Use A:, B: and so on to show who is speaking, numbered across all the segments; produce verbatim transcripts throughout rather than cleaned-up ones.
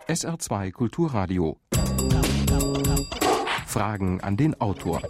A: S R zwei Kulturradio. Fragen an den Autor.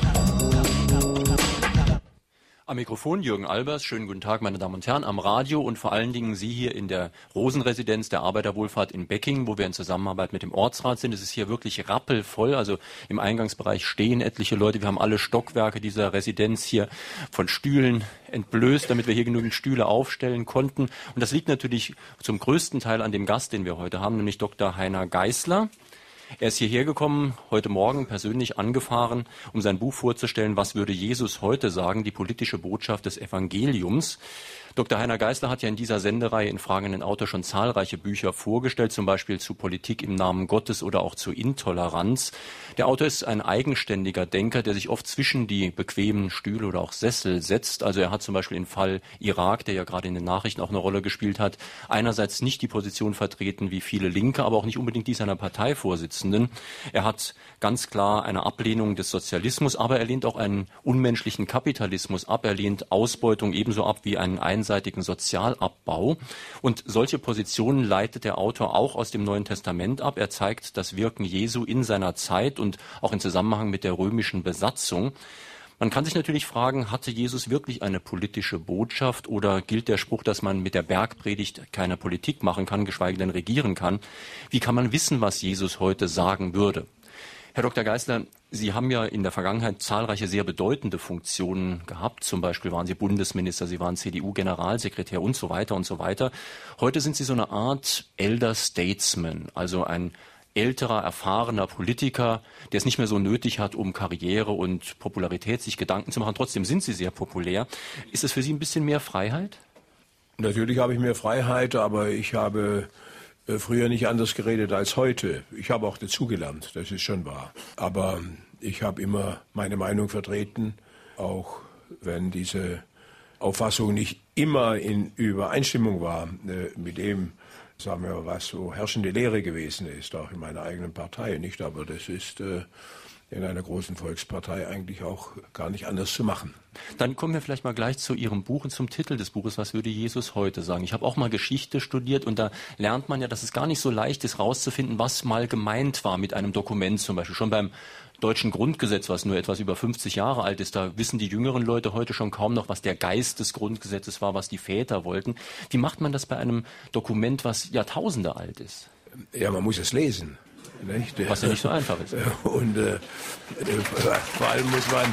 B: Am Mikrofon Jürgen Albers. Schönen guten Tag, meine Damen und Herren, am Radio und vor allen Dingen Sie hier in der Rosenresidenz der Arbeiterwohlfahrt in Becking, wo wir in Zusammenarbeit mit dem Ortsrat sind. Es ist hier wirklich rappelvoll, also im Eingangsbereich stehen etliche Leute. Wir haben alle Stockwerke dieser Residenz hier von Stühlen entblößt, damit wir hier genügend Stühle aufstellen konnten. Und das liegt natürlich zum größten Teil an dem Gast, den wir heute haben, nämlich Doktor Heiner Geisler. Er ist hierher gekommen, heute Morgen persönlich angefahren, um sein Buch vorzustellen, was würde Jesus heute sagen, die politische Botschaft des Evangeliums. Doktor Heiner Geisler hat ja in dieser Sendereihe in Fragen an den Autor schon zahlreiche Bücher vorgestellt, zum Beispiel zu Politik im Namen Gottes oder auch zu Intoleranz. Der Autor ist ein eigenständiger Denker, der sich oft zwischen die bequemen Stühle oder auch Sessel setzt. Also er hat zum Beispiel im Fall Irak, der ja gerade in den Nachrichten auch eine Rolle gespielt hat, einerseits nicht die Position vertreten wie viele Linke, aber auch nicht unbedingt die seiner Parteivorsitzenden. Er hat ganz klar eine Ablehnung des Sozialismus, aber er lehnt auch einen unmenschlichen Kapitalismus ab. Er lehnt Ausbeutung ebenso ab wie einen einseitigen Sozialabbau. Und solche Positionen leitet der Autor auch aus dem Neuen Testament ab. Er zeigt das Wirken Jesu in seiner Zeit und auch in Zusammenhang mit der römischen Besatzung. Man kann sich natürlich fragen, hatte Jesus wirklich eine politische Botschaft oder gilt der Spruch, dass man mit der Bergpredigt keine Politik machen kann, geschweige denn regieren kann? Wie kann man wissen, was Jesus heute sagen würde? Herr Doktor Geisler, Sie haben ja in der Vergangenheit zahlreiche sehr bedeutende Funktionen gehabt. Zum Beispiel waren Sie Bundesminister, Sie waren C D U-Generalsekretär und so weiter und so weiter. Heute sind Sie so eine Art Elder Statesman, also ein älterer, erfahrener Politiker, der es nicht mehr so nötig hat, um Karriere und Popularität sich Gedanken zu machen. Trotzdem sind Sie sehr populär. Ist es für Sie ein bisschen mehr Freiheit?
C: Natürlich habe ich mehr Freiheit, aber ich habe früher nicht anders geredet als heute. Ich habe auch dazugelernt, das ist schon wahr. Aber ich habe immer meine Meinung vertreten, auch wenn diese Auffassung nicht immer in Übereinstimmung war mit dem, sagen wir, was so herrschende Lehre gewesen ist, auch in meiner eigenen Partei nicht. Aber das ist äh, in einer großen Volkspartei eigentlich auch gar nicht anders zu machen.
B: Dann kommen wir vielleicht mal gleich zu Ihrem Buch und zum Titel des Buches, was würde Jesus heute sagen? Ich habe auch mal Geschichte studiert und da lernt man ja, dass es gar nicht so leicht ist, rauszufinden, was mal gemeint war mit einem Dokument zum Beispiel. Schon beim deutschen Grundgesetz, was nur etwas über fünfzig Jahre alt ist, da wissen die jüngeren Leute heute schon kaum noch, was der Geist des Grundgesetzes war, was die Väter wollten. Wie macht man das bei einem Dokument, was Jahrtausende alt ist?
C: Ja, man muss es lesen. Nicht?
B: Was ja nicht so einfach ist.
C: Und äh, vor allem muss man...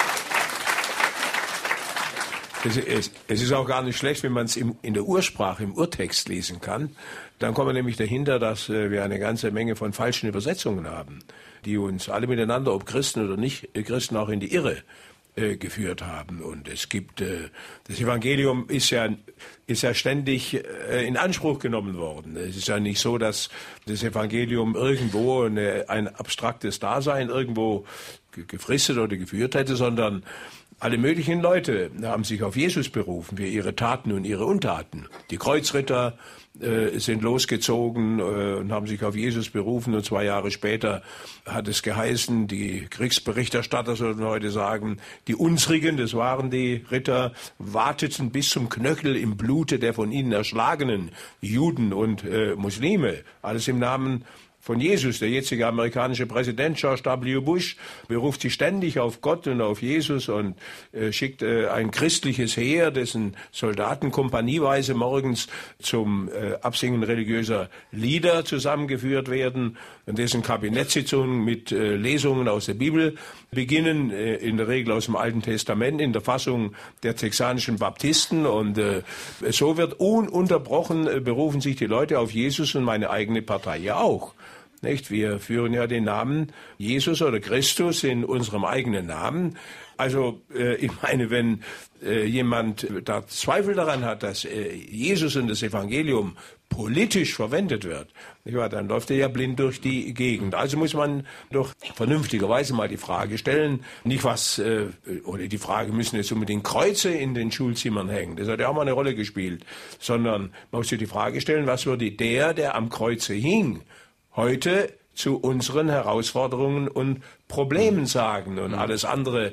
C: Es, es, es ist auch gar nicht schlecht, wenn man es in der Ursprache, im Urtext lesen kann. Dann kommen wir nämlich dahinter, dass äh, wir eine ganze Menge von falschen Übersetzungen haben, die uns alle miteinander, ob Christen oder nicht Christen, auch in die Irre äh, geführt haben. Und es gibt, äh, das Evangelium ist ja, ist ja ständig äh, in Anspruch genommen worden. Es ist ja nicht so, dass das Evangelium irgendwo eine, ein abstraktes Dasein irgendwo gefristet oder geführt hätte, sondern alle möglichen Leute haben sich auf Jesus berufen für ihre Taten und ihre Untaten. Die Kreuzritter äh, sind losgezogen äh, und haben sich auf Jesus berufen. Und zwei Jahre später hat es geheißen, die Kriegsberichterstatter, sollten heute sagen, die Unsrigen, das waren die Ritter, warteten bis zum Knöchel im Blute der von ihnen erschlagenen Juden und äh, Muslime. Alles im Namen von Jesus. Der jetzige amerikanische Präsident George W. Bush beruft sich ständig auf Gott und auf Jesus und äh, schickt äh, ein christliches Heer, dessen Soldaten kompanieweise morgens zum äh, Absingen religiöser Lieder zusammengeführt werden und dessen Kabinettssitzungen mit äh, Lesungen aus der Bibel beginnen, äh, in der Regel aus dem Alten Testament, in der Fassung der texanischen Baptisten. Und äh, so wird ununterbrochen äh, berufen sich die Leute auf Jesus und meine eigene Partei ja auch. Nicht? Wir führen ja den Namen Jesus oder Christus in unserem eigenen Namen. Also äh, ich meine, wenn äh, jemand da Zweifel daran hat, dass äh, Jesus und das Evangelium politisch verwendet wird, nicht wahr, dann läuft er ja blind durch die Gegend. Also muss man doch vernünftigerweise mal die Frage stellen, nicht was, äh, oder die Frage, müssen jetzt unbedingt Kreuze in den Schulzimmern hängen, das hat ja auch mal eine Rolle gespielt, sondern man muss sich die Frage stellen, was würde der, der am Kreuze hing, heute zu unseren Herausforderungen und Problemen sagen. Und alles andere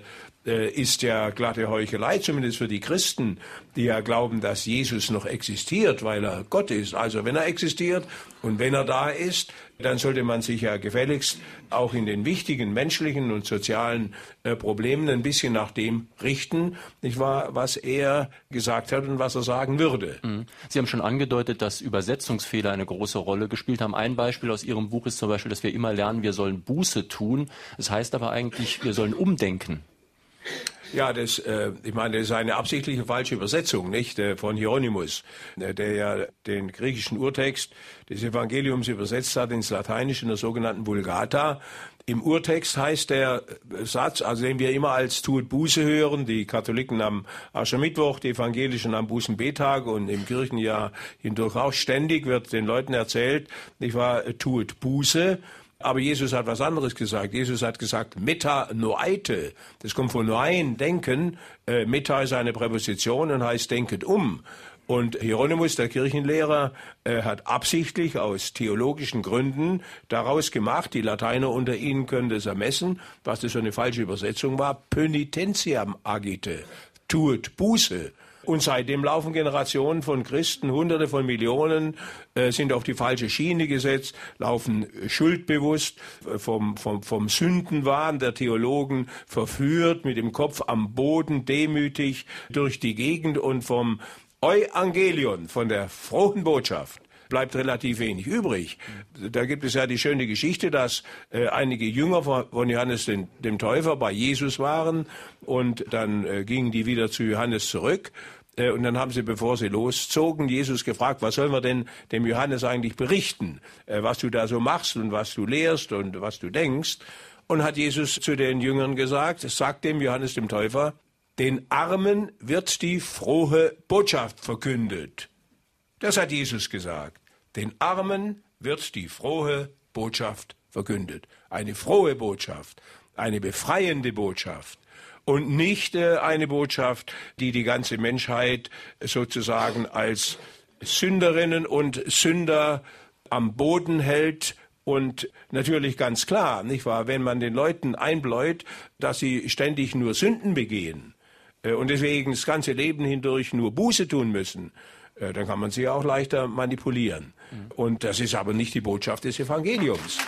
C: äh, ist ja glatte Heuchelei, zumindest für die Christen, die ja glauben, dass Jesus noch existiert, weil er Gott ist. Also wenn er existiert und wenn er da ist, dann sollte man sich ja gefälligst auch in den wichtigen menschlichen und sozialen äh, Problemen ein bisschen nach dem richten, nicht wahr, was er gesagt hat und was er sagen würde.
B: Sie haben schon angedeutet, dass Übersetzungsfehler eine große Rolle gespielt haben. Ein Beispiel aus Ihrem Buch ist zum Beispiel, dass wir immer lernen, wir sollen Buße tun. Das heißt aber eigentlich, wir sollen umdenken.
C: Ja, das, äh, ich meine, das ist eine absichtliche falsche Übersetzung, nicht, äh, von Hieronymus, äh, der ja den griechischen Urtext des Evangeliums übersetzt hat ins Lateinische in der sogenannten Vulgata. Im Urtext heißt der Satz, also den wir immer als Tuet Buße hören, die Katholiken am Aschermittwoch, die Evangelischen am Bußenbettag und im Kirchenjahr hindurch auch ständig wird den Leuten erzählt, nicht wahr, Tuet Buße. Aber Jesus hat was anderes gesagt. Jesus hat gesagt, meta noeite. Das kommt von noein, denken. Äh, meta ist eine Präposition und heißt denket um. Und Hieronymus, der Kirchenlehrer, äh, hat absichtlich aus theologischen Gründen daraus gemacht, die Lateiner unter ihnen können das ermessen, was das für eine falsche Übersetzung war, Pönitentiam agite, tuet Buße. Und seitdem laufen Generationen von Christen, Hunderte von Millionen, äh, sind auf die falsche Schiene gesetzt, laufen schuldbewusst, äh, vom, vom, vom Sündenwahn der Theologen verführt, mit dem Kopf am Boden, demütig durch die Gegend und vom Euangelion, von der frohen Botschaft, bleibt relativ wenig übrig. Da gibt es ja die schöne Geschichte, dass äh, einige Jünger von Johannes den, dem Täufer bei Jesus waren und dann äh, gingen die wieder zu Johannes zurück. Äh, und dann haben sie, bevor sie loszogen, Jesus gefragt, was sollen wir denn dem Johannes eigentlich berichten, äh, was du da so machst und was du lehrst und was du denkst. Und hat Jesus zu den Jüngern gesagt, sagt dem Johannes dem Täufer, den Armen wird die frohe Botschaft verkündet. Das hat Jesus gesagt. Den Armen wird die frohe Botschaft verkündet. Eine frohe Botschaft, eine befreiende Botschaft und nicht äh, eine Botschaft, die die ganze Menschheit sozusagen als Sünderinnen und Sünder am Boden hält. Und natürlich ganz klar, nicht wahr, wenn man den Leuten einbläut, dass sie ständig nur Sünden begehen äh, und deswegen das ganze Leben hindurch nur Buße tun müssen, dann kann man sie auch leichter manipulieren. Mhm. Und das ist aber nicht die Botschaft des Evangeliums.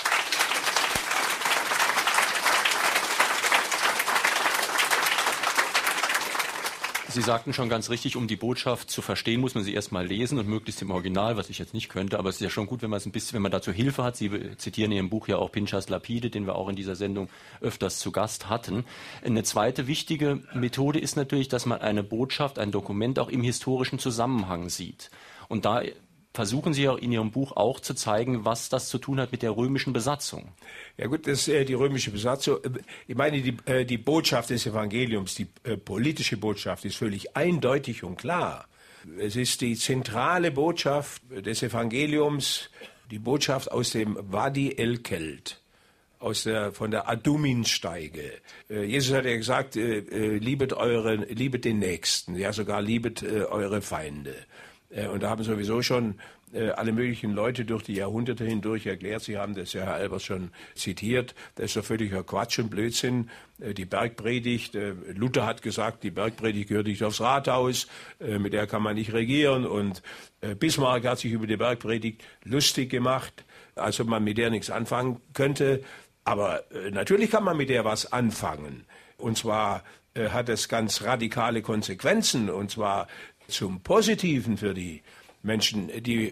B: Sie sagten schon ganz richtig, um die Botschaft zu verstehen, muss man sie erstmal lesen und möglichst im Original, was ich jetzt nicht könnte. Aber es ist ja schon gut, wenn man es ein bisschen, wenn man dazu Hilfe hat. Sie zitieren in Ihrem Buch ja auch Pinchas Lapide, den wir auch in dieser Sendung öfters zu Gast hatten. Eine zweite wichtige Methode ist natürlich, dass man eine Botschaft, ein Dokument auch im historischen Zusammenhang sieht. Und da versuchen Sie auch in Ihrem Buch auch zu zeigen, was das zu tun hat mit der römischen Besatzung.
C: Ja gut, das ist äh, die römische Besatzung. Ich meine, die, äh, die Botschaft des Evangeliums, die äh, politische Botschaft ist völlig eindeutig und klar. Es ist die zentrale Botschaft des Evangeliums, die Botschaft aus dem Wadi el-Kelt, aus der, von der Aduminsteige. Äh, Jesus hat ja gesagt, äh, äh, liebet, euren, liebet den Nächsten, ja sogar liebet äh, eure Feinde. Und da haben sowieso schon äh, alle möglichen Leute durch die Jahrhunderte hindurch erklärt, Sie haben das ja Herr Albers schon zitiert, das ist doch völliger Quatsch und Blödsinn. Äh, die Bergpredigt, äh, Luther hat gesagt, die Bergpredigt gehört nicht aufs Rathaus, äh, mit der kann man nicht regieren. Und äh, Bismarck hat sich über die Bergpredigt lustig gemacht, als ob man mit der nichts anfangen könnte. Aber äh, natürlich kann man mit der was anfangen. Und zwar äh, hat es ganz radikale Konsequenzen, und zwar zum Positiven für die Menschen. Die,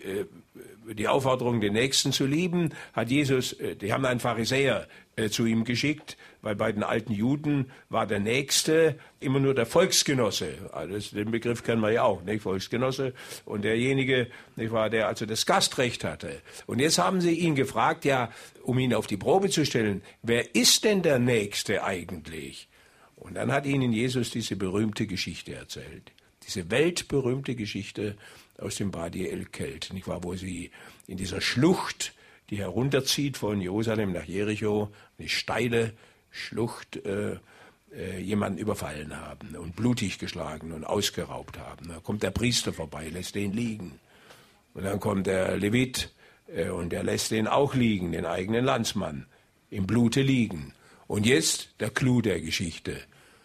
C: die Aufforderung, den Nächsten zu lieben, hat Jesus, die haben einen Pharisäer zu ihm geschickt, weil bei den alten Juden war der Nächste immer nur der Volksgenosse. Also den Begriff kennen wir ja auch, nicht? Volksgenosse. Und derjenige, nicht wahr, der also das Gastrecht hatte. Und jetzt haben sie ihn gefragt, ja, um ihn auf die Probe zu stellen, wer ist denn der Nächste eigentlich? Und dann hat ihnen Jesus diese berühmte Geschichte erzählt. Diese weltberühmte Geschichte aus dem Wadi el-Kelt, nicht wahr, wo sie in dieser Schlucht, die herunterzieht von Jerusalem nach Jericho, eine steile Schlucht, äh, äh, jemanden überfallen haben und blutig geschlagen und ausgeraubt haben. Da kommt der Priester vorbei, lässt den liegen. Und dann kommt der Levit äh, und der lässt den auch liegen, den eigenen Landsmann, im Blute liegen. Und jetzt der Clou der Geschichte.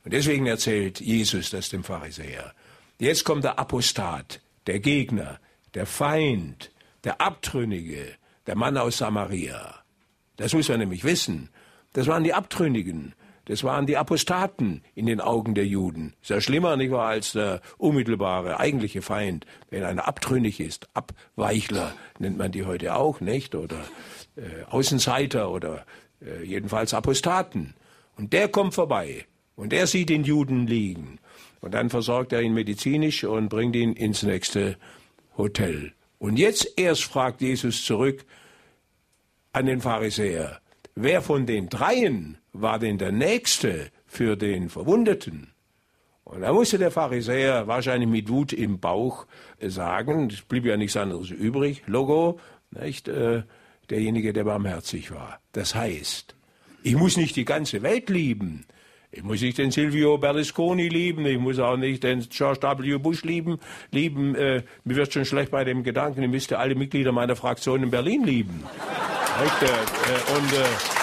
C: Und deswegen erzählt Jesus das dem Pharisäer. Jetzt kommt der Apostat, der Gegner, der Feind, der Abtrünnige, der Mann aus Samaria. Das muss man nämlich wissen. Das waren die Abtrünnigen. Das waren die Apostaten in den Augen der Juden. Ist ja schlimmer, nicht wahr, als der unmittelbare, eigentliche Feind, wenn einer abtrünnig ist. Abweichler nennt man die heute auch, nicht? Oder äh, Außenseiter oder äh, jedenfalls Apostaten. Und der kommt vorbei und der sieht den Juden liegen. Und dann versorgt er ihn medizinisch und bringt ihn ins nächste Hotel. Und jetzt erst fragt Jesus zurück an den Pharisäer, wer von den dreien war denn der Nächste für den Verwundeten? Und da musste der Pharisäer wahrscheinlich mit Wut im Bauch sagen, es blieb ja nichts anderes übrig, Logo, nicht, äh, derjenige, der barmherzig war. Das heißt, ich muss nicht die ganze Welt lieben. Ich muss nicht den Silvio Berlusconi lieben, ich muss auch nicht den George W. Bush lieben. lieben äh, mir wird schon schlecht bei dem Gedanken, ich müsste alle Mitglieder meiner Fraktion in Berlin lieben. Nicht, äh, äh, und... Äh,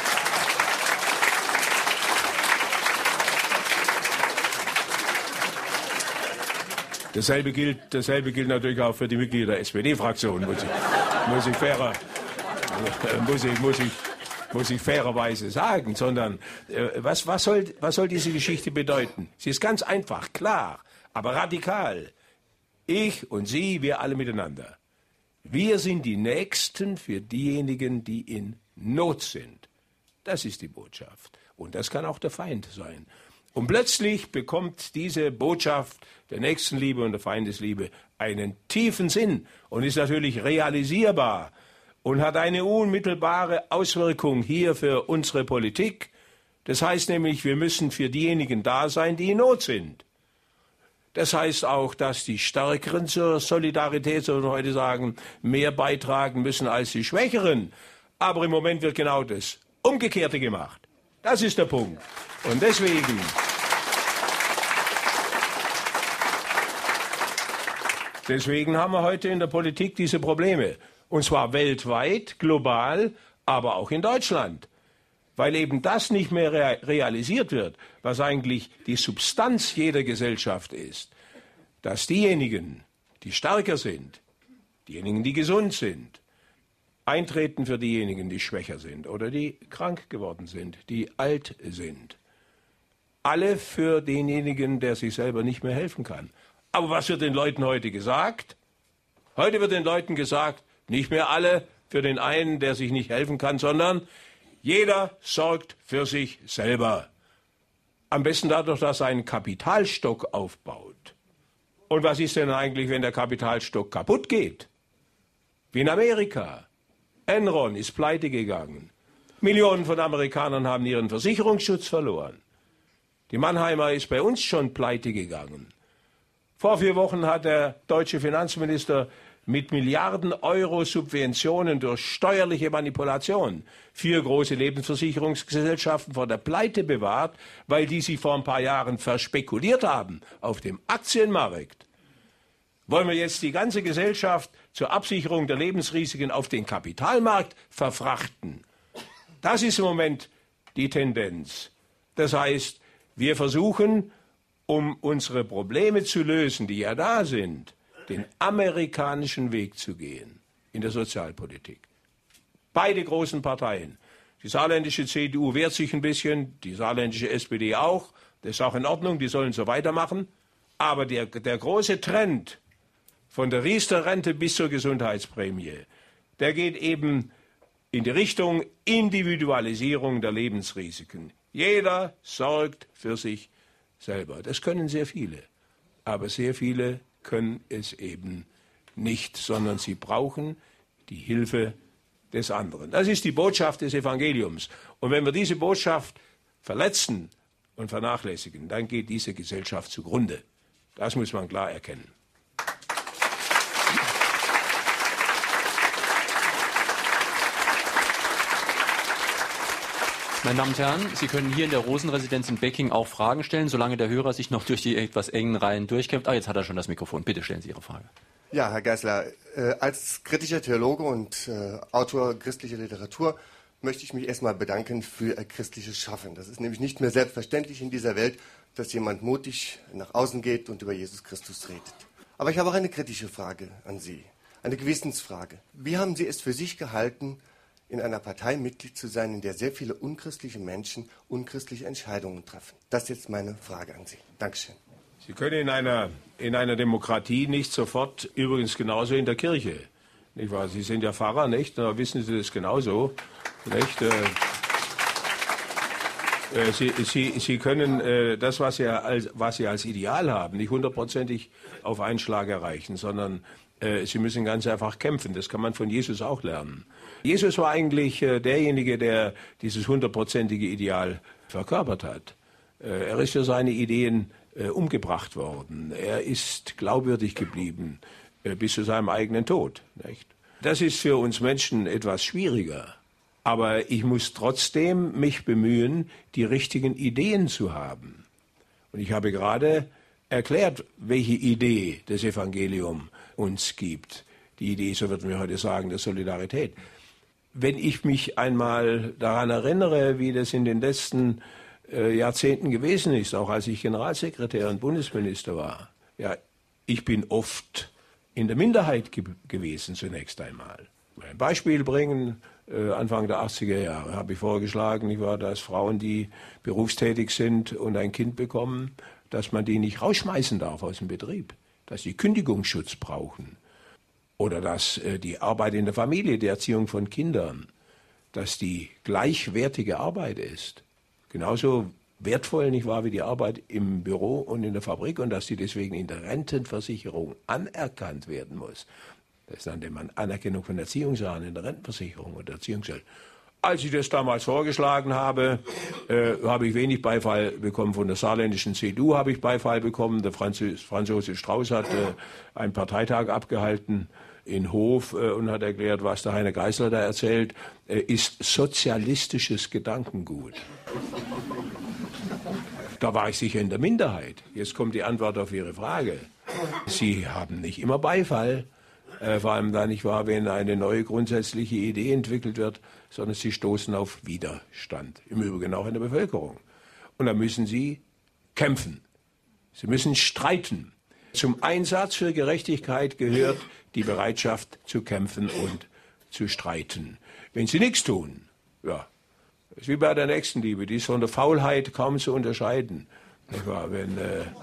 C: Dasselbe gilt, dasselbe gilt natürlich auch für die Mitglieder der S P D-Fraktion, muss ich, muss ich fairer, muss ich, muss ich, muss ich fairerweise sagen, sondern äh, was, was, soll, was soll diese Geschichte bedeuten? Sie ist ganz einfach, klar, aber radikal. Ich und Sie, wir alle miteinander. Wir sind die Nächsten für diejenigen, die in Not sind. Das ist die Botschaft. Und das kann auch der Feind sein. Und plötzlich bekommt diese Botschaft der Nächstenliebe und der Feindesliebe einen tiefen Sinn und ist natürlich realisierbar und hat eine unmittelbare Auswirkung hier für unsere Politik. Das heißt nämlich, wir müssen für diejenigen da sein, die in Not sind. Das heißt auch, dass die Stärkeren zur Solidarität, so wir heute sagen, mehr beitragen müssen als die Schwächeren. Aber im Moment wird genau das Umgekehrte gemacht. Das ist der Punkt. Und deswegen, deswegen haben wir heute in der Politik diese Probleme. Und zwar weltweit, global, aber auch in Deutschland. Weil eben das nicht mehr realisiert wird, was eigentlich die Substanz jeder Gesellschaft ist. Dass diejenigen, die stärker sind, diejenigen, die gesund sind, eintreten für diejenigen, die schwächer sind oder die krank geworden sind, die alt sind. Alle für denjenigen, der sich selber nicht mehr helfen kann. Aber was wird den Leuten heute gesagt? Heute wird den Leuten gesagt, nicht mehr alle für den einen, der sich nicht helfen kann, sondern jeder sorgt für sich selber. Am besten dadurch, dass er einen Kapitalstock aufbaut. Und was ist denn eigentlich, wenn der Kapitalstock kaputt geht? Wie in Amerika. Enron ist pleite gegangen. Millionen von Amerikanern haben ihren Versicherungsschutz verloren. Die Mannheimer ist bei uns schon pleite gegangen. Vor vier Wochen hat der deutsche Finanzminister mit Milliarden Euro Subventionen durch steuerliche Manipulation vier große Lebensversicherungsgesellschaften vor der Pleite bewahrt, weil die sie vor ein paar Jahren verspekuliert haben auf dem Aktienmarkt. Wollen wir jetzt die ganze Gesellschaft zur Absicherung der Lebensrisiken auf den Kapitalmarkt verfrachten? Das ist im Moment die Tendenz. Das heißt, wir versuchen, um unsere Probleme zu lösen, die ja da sind, den amerikanischen Weg zu gehen in der Sozialpolitik. Beide großen Parteien. Die saarländische C D U wehrt sich ein bisschen, die saarländische S P D auch. Das ist auch in Ordnung, die sollen so weitermachen. Aber der, der große Trend von der Riester-Rente bis zur Gesundheitsprämie, der geht eben in die Richtung Individualisierung der Lebensrisiken. Jeder sorgt für sich selber. Das können sehr viele. Aber sehr viele können es eben nicht, sondern sie brauchen die Hilfe des anderen. Das ist die Botschaft des Evangeliums. Und wenn wir diese Botschaft verletzen und vernachlässigen, dann geht diese Gesellschaft zugrunde. Das muss man klar erkennen.
B: Meine Damen und Herren, Sie können hier in der Rosenresidenz in Becking auch Fragen stellen, solange der Hörer sich noch durch die etwas engen Reihen durchkämpft. Ah, jetzt hat er schon das Mikrofon. Bitte stellen Sie Ihre Frage.
D: Ja, Herr Geisler, äh, als kritischer Theologe und äh, Autor christlicher Literatur möchte ich mich erstmal bedanken für Ihr christliches Schaffen. Das ist nämlich nicht mehr selbstverständlich in dieser Welt, dass jemand mutig nach außen geht und über Jesus Christus redet. Aber ich habe auch eine kritische Frage an Sie, eine Gewissensfrage. Wie haben Sie es für sich gehalten, in einer Partei Mitglied zu sein, in der sehr viele unchristliche Menschen unchristliche Entscheidungen treffen? Das ist jetzt meine Frage an Sie. Dankeschön.
C: Sie können in einer, in einer Demokratie nicht sofort, übrigens genauso in der Kirche, nicht wahr? Sie sind ja Pfarrer, nicht? Da wissen Sie das genauso, nicht? Äh, äh, Sie, Sie, Sie können äh, das, was Sie, als, was Sie als Ideal haben, nicht hundertprozentig auf einen Schlag erreichen, sondern äh, Sie müssen ganz einfach kämpfen. Das kann man von Jesus auch lernen. Jesus war eigentlich äh, derjenige, der dieses hundertprozentige Ideal verkörpert hat. Äh, er ist für seine Ideen äh, umgebracht worden. Er ist glaubwürdig geblieben äh, bis zu seinem eigenen Tod. Nicht? Das ist für uns Menschen etwas schwieriger. Aber ich muss trotzdem mich bemühen, die richtigen Ideen zu haben. Und ich habe gerade erklärt, welche Idee das Evangelium uns gibt. Die Idee, so würden wir heute sagen, der Solidarität. Wenn ich mich einmal daran erinnere, wie das in den letzten äh, Jahrzehnten gewesen ist, auch als ich Generalsekretär und Bundesminister war, ja, ich bin oft in der Minderheit ge- gewesen zunächst einmal. Ein Beispiel bringen, äh, Anfang der achtziger Jahre habe ich vorgeschlagen, ich war, dass Frauen, die berufstätig sind und ein Kind bekommen, dass man die nicht rausschmeißen darf aus dem Betrieb, dass sie Kündigungsschutz brauchen. Oder dass äh, die Arbeit in der Familie, die Erziehung von Kindern, dass die gleichwertige Arbeit ist. Genauso wertvoll, nicht wahr, wie die Arbeit im Büro und in der Fabrik und dass die deswegen in der Rentenversicherung anerkannt werden muss. Das nannte man Anerkennung von Erziehungsjahren in der Rentenversicherung oder Erziehungsjahren. Als ich das damals vorgeschlagen habe, äh, habe ich wenig Beifall bekommen. Von der saarländischen C D U habe ich Beifall bekommen. Der Franz, Franz Josef Strauß hat äh, einen Parteitag abgehalten in Hof äh, und hat erklärt, was der Heiner Geißler da erzählt, äh, ist sozialistisches Gedankengut. Da war ich sicher in der Minderheit. Jetzt kommt die Antwort auf Ihre Frage. Sie haben nicht immer Beifall. Äh, vor allem da nicht wahr, wenn eine neue grundsätzliche Idee entwickelt wird, sondern sie stoßen auf Widerstand. Im Übrigen auch in der Bevölkerung. Und da müssen sie kämpfen. Sie müssen streiten. Zum Einsatz für Gerechtigkeit gehört die Bereitschaft zu kämpfen und zu streiten. Wenn sie nichts tun, ja, ist wie bei der Nächstenliebe, die ist von der Faulheit kaum zu unterscheiden. Nicht wahr? Wenn, äh, äh,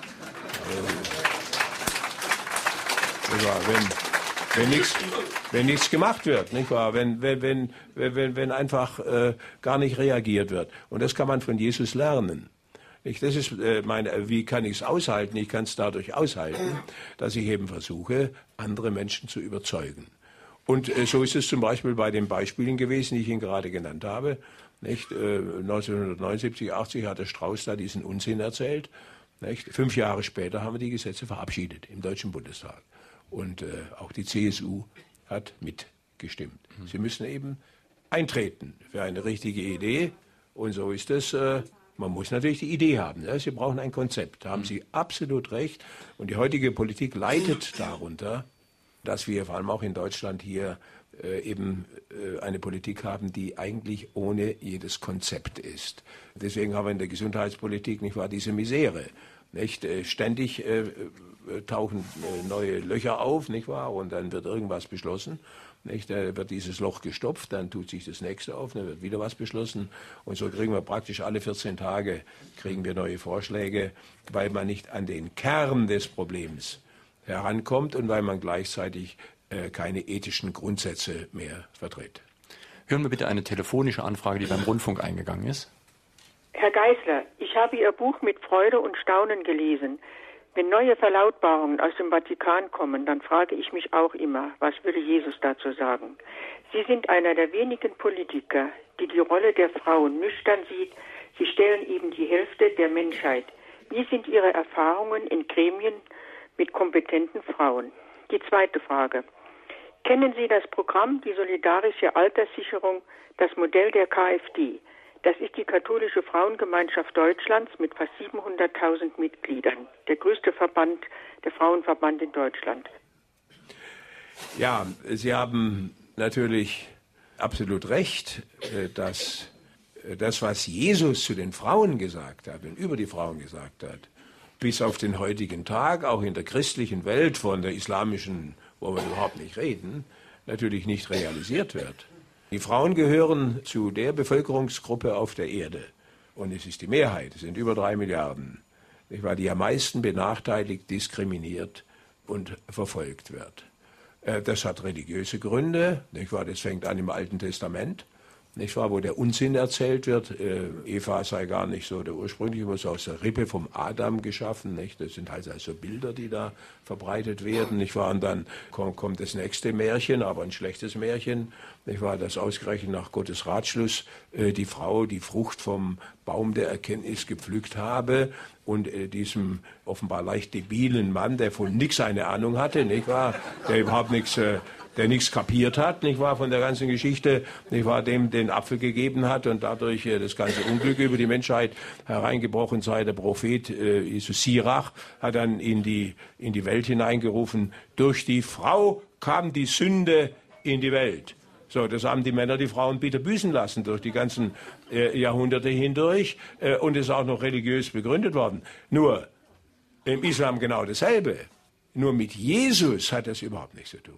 C: nicht wahr? wenn Wenn nichts, wenn nichts gemacht wird, nicht wahr? Wenn, wenn, wenn, wenn, wenn einfach äh, gar nicht reagiert wird. Und das kann man von Jesus lernen. Nicht? Das ist äh, meine, wie kann ich es aushalten? Ich kann es dadurch aushalten, dass ich eben versuche, andere Menschen zu überzeugen. Und äh, so ist es zum Beispiel bei den Beispielen gewesen, die ich Ihnen gerade genannt habe. Nicht? Äh, neunzehnhundertneunundsiebzig, achtzig hat der Strauß da diesen Unsinn erzählt. Nicht? Fünf Jahre später haben wir die Gesetze verabschiedet im Deutschen Bundestag. Und äh, auch die C S U hat mitgestimmt. Mhm. Sie müssen eben eintreten für eine richtige Idee. Und so ist es. Äh, man muss natürlich die Idee haben. Ja? Sie brauchen ein Konzept. Da haben mhm. Sie absolut recht. Und die heutige Politik leidet darunter, dass wir vor allem auch in Deutschland hier äh, eben äh, eine Politik haben, die eigentlich ohne jedes Konzept ist. Deswegen haben wir in der Gesundheitspolitik nicht wahr diese Misere. Nicht? Äh, ständig äh, tauchen äh, neue Löcher auf, nicht wahr? Und dann wird irgendwas beschlossen. Nicht? Dann wird dieses Loch gestopft, dann tut sich das nächste auf, dann wird wieder was beschlossen. Und so kriegen wir praktisch alle vierzehn Tage kriegen wir neue Vorschläge, weil man nicht an den Kern des Problems herankommt und weil man gleichzeitig äh, keine ethischen Grundsätze mehr vertritt.
B: Hören wir bitte eine telefonische Anfrage, die beim Rundfunk eingegangen ist.
E: Herr Geißler, ich habe Ihr Buch mit Freude und Staunen gelesen. Wenn neue Verlautbarungen aus dem Vatikan kommen, dann frage ich mich auch immer, was würde Jesus dazu sagen? Sie sind einer der wenigen Politiker, die die Rolle der Frauen nüchtern sieht. Sie stellen eben die Hälfte der Menschheit. Wie sind Ihre Erfahrungen in Gremien mit kompetenten Frauen? Die zweite Frage. Kennen Sie das Programm, die solidarische Alterssicherung, das Modell der K f D? Das ist die katholische Frauengemeinschaft Deutschlands mit fast siebenhunderttausend Mitgliedern. Der größte Verband, der Frauenverband in Deutschland.
C: Ja, Sie haben natürlich absolut recht, dass das, was Jesus zu den Frauen gesagt hat und über die Frauen gesagt hat, bis auf den heutigen Tag, auch in der christlichen Welt, von der islamischen, wo wir überhaupt nicht reden, natürlich nicht realisiert wird. Die Frauen gehören zu der Bevölkerungsgruppe auf der Erde. Und es ist die Mehrheit, es sind über drei Milliarden, nicht wahr, die am meisten benachteiligt, diskriminiert und verfolgt wird. Das hat religiöse Gründe, nicht wahr? Das fängt an im Alten Testament, nicht wahr? Wo der Unsinn erzählt wird. Eva sei gar nicht so der ursprüngliche, was aus der Rippe vom Adam geschaffen. Nicht? Das sind halt also Bilder, die da verbreitet werden. Nicht wahr? Und dann kommt, kommt das nächste Märchen, aber ein schlechtes Märchen, nicht wahr? Das ausgerechnet nach Gottes Ratschluss äh, die Frau die Frucht vom Baum der Erkenntnis gepflückt habe und äh, diesem offenbar leicht debilen Mann, der von nichts eine Ahnung hatte, nicht wahr? Der überhaupt nichts äh, der nichts kapiert hat, nicht wahr, von der ganzen Geschichte, nicht wahr, dem den Apfel gegeben hat und dadurch äh, das ganze Unglück über die Menschheit hereingebrochen sei. Der Prophet äh, Jesus Sirach hat dann in die, in die Welt hineingerufen, durch die Frau kam die Sünde in die Welt. So, das haben die Männer die Frauen bitter büßen lassen durch die ganzen äh, Jahrhunderte hindurch äh, und ist auch noch religiös begründet worden. Nur im Islam genau dasselbe. Nur mit Jesus hat das überhaupt nichts zu tun.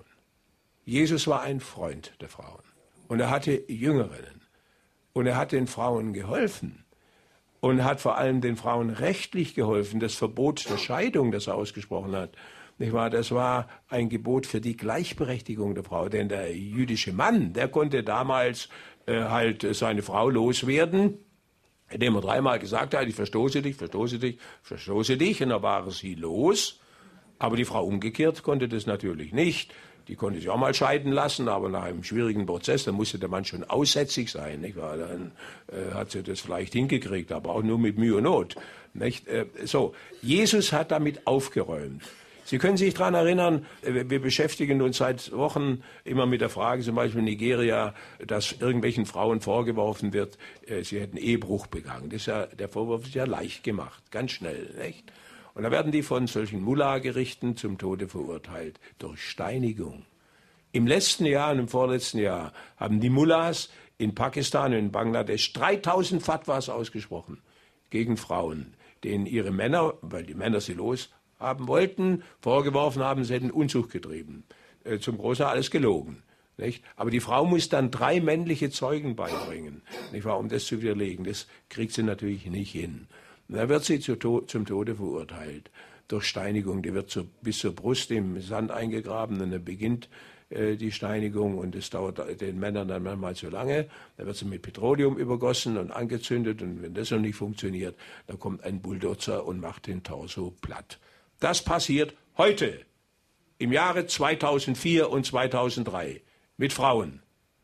C: Jesus war ein Freund der Frauen und er hatte Jüngerinnen und er hat den Frauen geholfen und hat vor allem den Frauen rechtlich geholfen. Das Verbot der Scheidung, das er ausgesprochen hat, nicht wahr? Das war ein Gebot für die Gleichberechtigung der Frau, denn der jüdische Mann, der konnte damals äh, halt seine Frau loswerden, indem er dreimal gesagt hat, ich verstoße dich, verstoße dich, verstoße dich, und dann war sie los. Aber die Frau umgekehrt konnte das natürlich nicht. Die konnte sich auch mal scheiden lassen, aber nach einem schwierigen Prozess, dann musste der Mann schon aussätzig sein, nicht wahr? Dann äh, hat sie das vielleicht hingekriegt, aber auch nur mit Mühe und Not. Nicht? Äh, so, Jesus hat damit aufgeräumt. Sie können sich daran erinnern, wir beschäftigen uns seit Wochen immer mit der Frage, zum Beispiel in Nigeria, dass irgendwelchen Frauen vorgeworfen wird, sie hätten Ehebruch begangen. Das ist ja, der Vorwurf ist ja leicht gemacht, ganz schnell, nicht? Und da werden die von solchen Mullah-Gerichten zum Tode verurteilt, durch Steinigung. Im letzten Jahr und im vorletzten Jahr haben die Mullahs in Pakistan und in Bangladesch dreitausend Fatwas ausgesprochen gegen Frauen, denen ihre Männer, weil die Männer sie loshaben wollten, vorgeworfen haben, sie hätten Unzucht getrieben. Äh, zum Großteil alles gelogen. Nicht? Aber die Frau muss dann drei männliche Zeugen beibringen, nicht wahr, um das zu widerlegen. Das kriegt sie natürlich nicht hin. Da wird sie zu to- zum Tode verurteilt durch Steinigung. Die wird so bis zur Brust im Sand eingegraben und dann beginnt äh, die Steinigung und es dauert den Männern dann manchmal zu lange. Dann wird sie mit Petroleum übergossen und angezündet und wenn das noch nicht funktioniert, dann kommt ein Bulldozer und macht den Torso platt. Das passiert heute, im Jahre zweitausendvier und zweitausenddrei mit Frauen.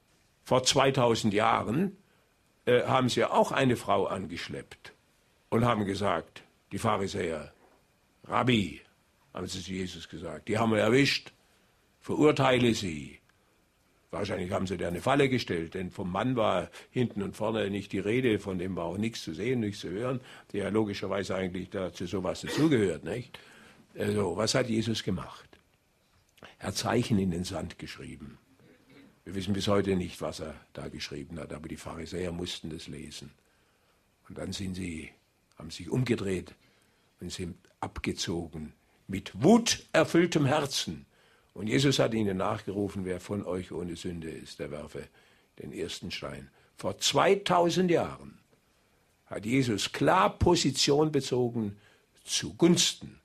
C: Vor zweitausend Jahren äh, haben sie auch eine Frau angeschleppt. Und haben gesagt, die Pharisäer, Rabbi, haben sie zu Jesus gesagt, die haben wir erwischt, verurteile sie. Wahrscheinlich haben sie dir eine Falle gestellt, denn vom Mann war hinten und vorne nicht die Rede, von dem war auch nichts zu sehen, nichts zu hören, der ja logischerweise eigentlich dazu sowas dazugehört, nicht? Also, was hat Jesus gemacht? Er hat Zeichen in den Sand geschrieben. Wir wissen bis heute nicht, was er da geschrieben hat, aber die Pharisäer mussten das lesen. Und dann sind sie haben sich umgedreht und sind abgezogen mit wuterfülltem Herzen. Und Jesus hat ihnen nachgerufen, wer von euch ohne Sünde ist, der werfe den ersten Stein. Vor zweitausend Jahren hat Jesus klar Position bezogen zugunsten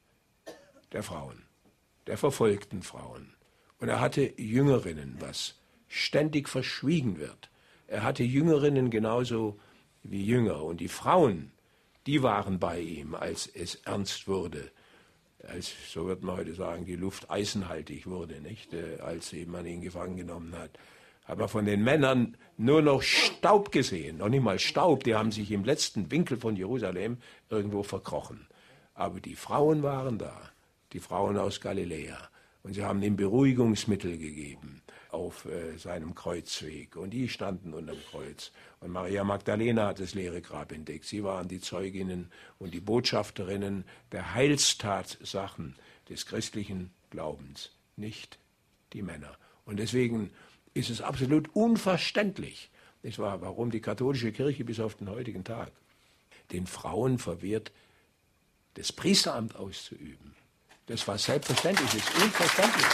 C: der Frauen, der verfolgten Frauen. Und er hatte Jüngerinnen, was ständig verschwiegen wird. Er hatte Jüngerinnen genauso wie Jünger. Und die Frauen, die waren bei ihm, als es ernst wurde, als, so wird man heute sagen, die Luft eisenhaltig wurde, nicht, äh, als man ihn gefangen genommen hat. Hat man von den Männern nur noch Staub gesehen, noch nicht mal Staub, die haben sich im letzten Winkel von Jerusalem irgendwo verkrochen. Aber die Frauen waren da, die Frauen aus Galiläa, und sie haben ihm Beruhigungsmittel gegeben auf äh, seinem Kreuzweg. Und die standen unterm Kreuz. Und Maria Magdalena hat das leere Grab entdeckt. Sie waren die Zeuginnen und die Botschafterinnen der Heilstatsachen des christlichen Glaubens, nicht die Männer. Und deswegen ist es absolut unverständlich, Nicht wahr? Warum die katholische Kirche bis auf den heutigen Tag den Frauen verwehrt, das Priesteramt auszuüben. Das war selbstverständlich, ist unverständlich.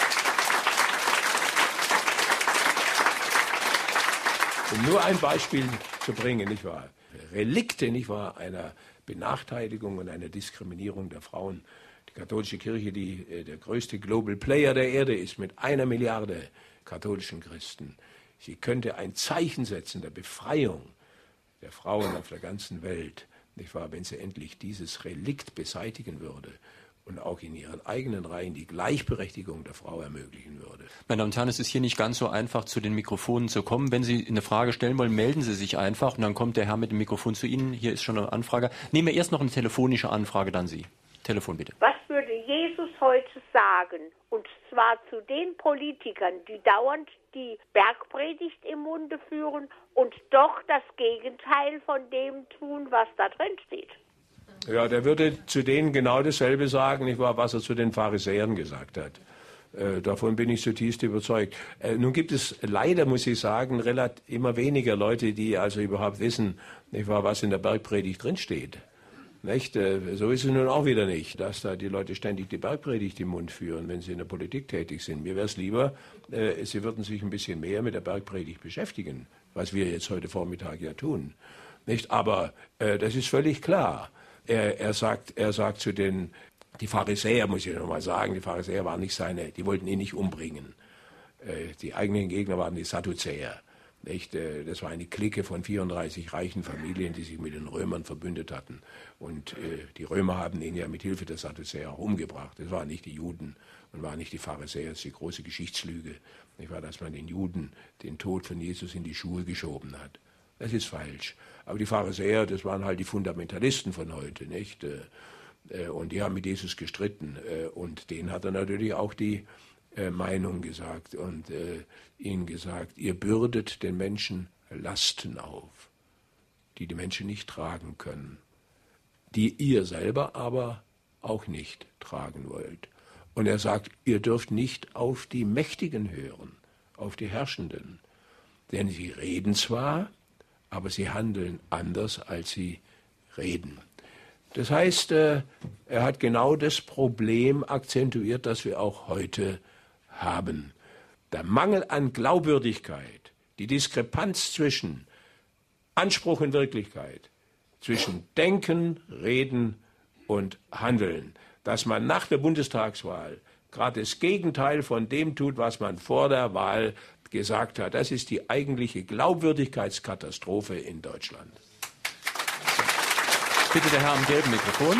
C: Um nur ein Beispiel zu bringen, nicht wahr? Relikte, nicht wahr, einer Benachteiligung und einer Diskriminierung der Frauen. Die katholische Kirche, die äh, der größte Global Player der Erde ist, mit einer Milliarde katholischen Christen. Sie könnte ein Zeichen setzen der Befreiung der Frauen auf der ganzen Welt, nicht wahr, wenn sie endlich dieses Relikt beseitigen würde und auch in ihren eigenen Reihen die Gleichberechtigung der Frau ermöglichen würde.
B: Meine Damen und Herren, es ist hier nicht ganz so einfach, zu den Mikrofonen zu kommen. Wenn Sie eine Frage stellen wollen, melden Sie sich einfach und dann kommt der Herr mit dem Mikrofon zu Ihnen. Hier ist schon eine Anfrage. Nehmen wir erst noch eine telefonische Anfrage, dann Sie. Telefon bitte.
F: Was würde Jesus heute sagen? Und zwar zu den Politikern, die dauernd die Bergpredigt im Munde führen und doch das Gegenteil von dem tun, was da drin steht.
C: Ja, der würde zu denen genau dasselbe sagen, nicht wahr, was er zu den Pharisäern gesagt hat. Äh, davon bin ich zutiefst überzeugt. Äh, nun gibt es leider, muss ich sagen, relativ immer weniger Leute, die also überhaupt wissen, nicht wahr, was in der Bergpredigt drinsteht. Nicht? Äh, so ist es nun auch wieder nicht, dass da die Leute ständig die Bergpredigt im Mund führen, wenn sie in der Politik tätig sind. Mir wäre es lieber, äh, sie würden sich ein bisschen mehr mit der Bergpredigt beschäftigen, was wir jetzt heute Vormittag ja tun. Nicht? Aber äh, das ist völlig klar. Er, er, sagt, er sagt zu den, die Pharisäer, muss ich noch mal sagen, die Pharisäer waren nicht seine, die wollten ihn nicht umbringen. Äh, die eigentlichen Gegner waren die Sadduzäer. Nicht? Äh, das war eine Clique von vierunddreißig reichen Familien, die sich mit den Römern verbündet hatten. Und äh, die Römer haben ihn ja mit Hilfe der Sadduzäer auch umgebracht. Das waren nicht die Juden und waren nicht die Pharisäer. Das ist die große Geschichtslüge, nicht wahr, dass man den Juden den Tod von Jesus in die Schuhe geschoben hat. Das ist falsch. Aber die Pharisäer, das waren halt die Fundamentalisten von heute, nicht? Und die haben mit Jesus gestritten. Und denen hat er natürlich auch die Meinung gesagt und ihnen gesagt, ihr bürdet den Menschen Lasten auf, die die Menschen nicht tragen können, die ihr selber aber auch nicht tragen wollt. Und er sagt, ihr dürft nicht auf die Mächtigen hören, auf die Herrschenden. Denn sie reden zwar, aber sie handeln anders, als sie reden. Das heißt, er hat genau das Problem akzentuiert, das wir auch heute haben. Der Mangel an Glaubwürdigkeit, die Diskrepanz zwischen Anspruch und Wirklichkeit, zwischen Denken, Reden und Handeln, dass man nach der Bundestagswahl gerade das Gegenteil von dem tut, was man vor der Wahl gesagt hat. Das ist die eigentliche Glaubwürdigkeitskatastrophe in Deutschland.
B: Bitte der Herr am gelben Mikrofon.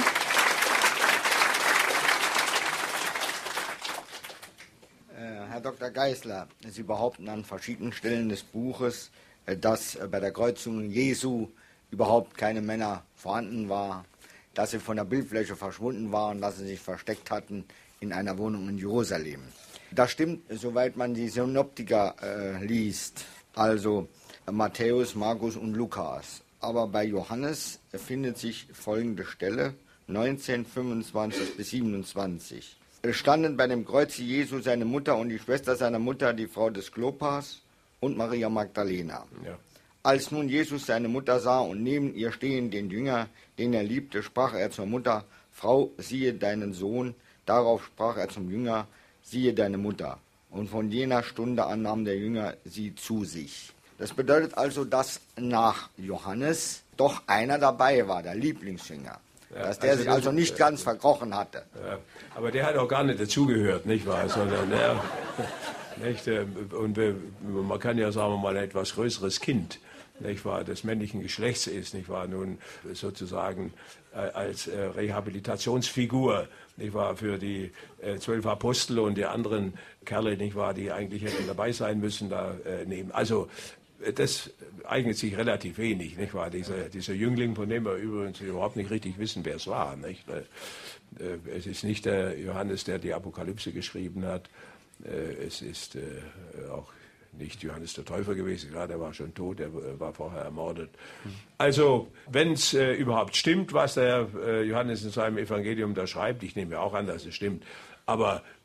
G: Äh, Herr Doktor Geisler, Sie behaupten an verschiedenen Stellen des Buches, äh, dass äh, bei der Kreuzung Jesu überhaupt keine Männer vorhanden waren, dass sie von der Bildfläche verschwunden waren, dass sie sich versteckt hatten in einer Wohnung in Jerusalem. Das stimmt, soweit man die Synoptiker äh, liest, also äh, Matthäus, Markus und Lukas. Aber bei Johannes äh, findet sich folgende Stelle, neunzehn, fünfundzwanzig bis siebenundzwanzig. Es standen bei dem Kreuze Jesu seine Mutter und die Schwester seiner Mutter, die Frau des Klopas und Maria Magdalena. Ja. Als nun Jesus seine Mutter sah und neben ihr stehen den Jünger, den er liebte, sprach er zur Mutter, Frau, siehe deinen Sohn. Darauf sprach er zum Jünger, siehe deine Mutter. Und von jener Stunde an nahm der Jünger sie zu sich. Das bedeutet also, dass nach Johannes doch einer dabei war, der Lieblingsjünger. Ja, dass der also sich also nicht ganz verkrochen hatte.
C: Ja, aber der hat auch gar nicht dazugehört, nicht wahr? Sondern, ja, nicht, und man kann ja, sagen wir mal, ein etwas größeres Kind, nicht wahr, des männlichen Geschlechts ist, nicht wahr, nun sozusagen äh, als äh, Rehabilitationsfigur, nicht wahr, für die äh, zwölf Apostel und die anderen Kerle, nicht wahr, die eigentlich hätten dabei sein müssen, da äh, nehmen. Also das eignet sich relativ wenig, nicht wahr? Dieser, dieser Jüngling, von dem wir übrigens überhaupt nicht richtig wissen, wer es war, nicht? Äh, es ist nicht der Johannes, der die Apokalypse geschrieben hat. Äh, es ist äh, auch nicht Johannes der Täufer gewesen, klar, der war schon tot, der war vorher ermordet. Also, wenn es äh, überhaupt stimmt, was der äh, Johannes in seinem Evangelium da schreibt, ich nehme auch an, dass es stimmt, aber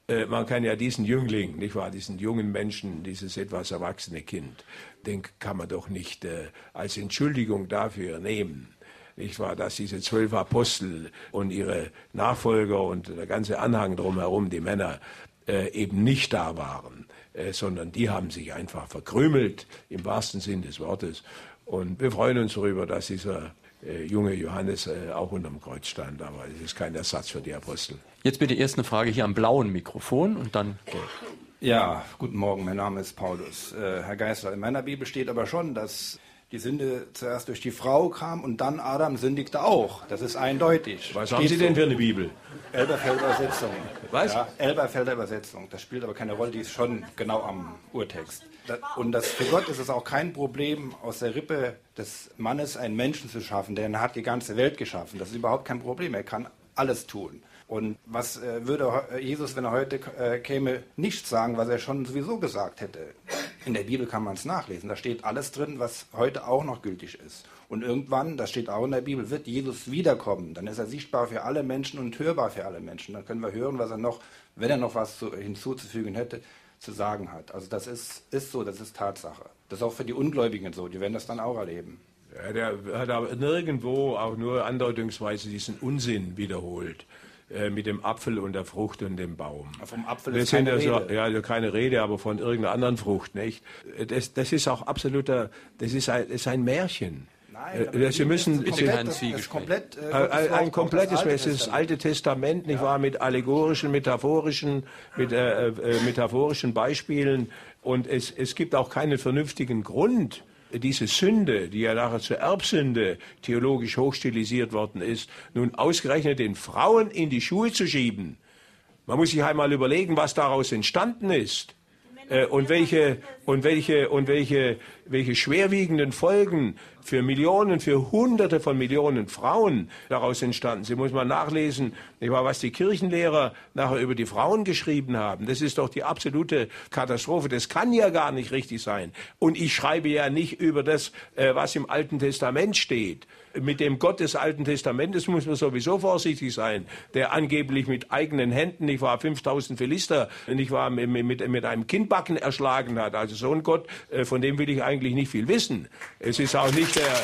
C: Äh, man kann ja diesen Jüngling, nicht wahr, diesen jungen Menschen, dieses etwas erwachsene Kind, den kann man doch nicht äh, als Entschuldigung dafür nehmen, nicht wahr, dass diese zwölf Apostel und ihre Nachfolger und der ganze Anhang drumherum, die Männer, äh, eben nicht da waren, äh, sondern die haben sich einfach verkrümelt, im wahrsten Sinn des Wortes. Und wir freuen uns darüber, dass dieser äh, junge Johannes äh, auch unterm Kreuz stand, aber es ist kein Ersatz für die Apostel.
B: Jetzt bitte erst eine Frage hier am blauen Mikrofon und dann... Okay.
H: Ja, guten Morgen, mein Name ist Paulus. Äh, Herr Geisler, in meiner Bibel steht aber schon, dass die Sünde zuerst durch die Frau kam und dann Adam sündigte auch. Das ist eindeutig.
C: Was haben Sie denn für eine Bibel?
H: Elberfelder Übersetzung.
C: Was?
H: Ja, Elberfelder Übersetzung. Das spielt aber keine Rolle, die ist schon genau am Urtext. Und das, für Gott ist es auch kein Problem, aus der Rippe des Mannes einen Menschen zu schaffen, denn er hat die ganze Welt geschaffen. Das ist überhaupt kein Problem, er kann alles tun. Und was äh, würde Jesus, wenn er heute äh, käme, nicht sagen, was er schon sowieso gesagt hätte? In der Bibel kann man es nachlesen. Da steht alles drin, was heute auch noch gültig ist. Und irgendwann, das steht auch in der Bibel, wird Jesus wiederkommen. Dann ist er sichtbar für alle Menschen und hörbar für alle Menschen. Dann können wir hören, was er noch, wenn er noch was zu, hinzuzufügen hätte, zu sagen hat. Also das ist, ist so, das ist Tatsache. Das ist auch für die Ungläubigen so. Die werden das dann auch erleben.
C: Ja, der hat aber nirgendwo auch nur andeutungsweise diesen Unsinn wiederholt. Mit dem Apfel und der Frucht und dem Baum.
H: Vom Apfel
C: das
H: ist keine
C: also,
H: Rede.
C: Ja, keine Rede, aber von irgendeiner anderen Frucht, nicht? Das, das ist auch absoluter, das ist ein, das ist ein Märchen.
H: Nein,
C: äh, Sie müssen
B: bitte kein
H: das, das komplett, äh,
C: ein, ein komplettes,
H: das Alte
C: es ist das Alte Testament, nicht ja. wahr, mit allegorischen, metaphorischen, mit äh, äh, metaphorischen Beispielen, und es, es gibt auch keinen vernünftigen Grund, diese Sünde, die ja nachher zur Erbsünde theologisch hochstilisiert worden ist, nun ausgerechnet den Frauen in die Schuhe zu schieben. Man muss sich einmal überlegen, was daraus entstanden ist. Äh, und welche, und welche, und welche, welche schwerwiegenden Folgen für Millionen, für Hunderte von Millionen Frauen daraus entstanden sind. Muss man nachlesen, nicht wahr, was die Kirchenlehrer nachher über die Frauen geschrieben haben. Das ist doch die absolute Katastrophe. Das kann ja gar nicht richtig sein. Und ich schreibe ja nicht über das, äh, was im Alten Testament steht. Mit dem Gott des Alten Testamentes muss man sowieso vorsichtig sein, der angeblich mit eigenen Händen, nicht wahr, fünftausend Philister, nicht wahr, mit, mit, mit einem Kindbacken erschlagen hat. Also so ein Gott, äh, von dem will ich eigentlich nicht viel wissen. Es ist auch nicht der...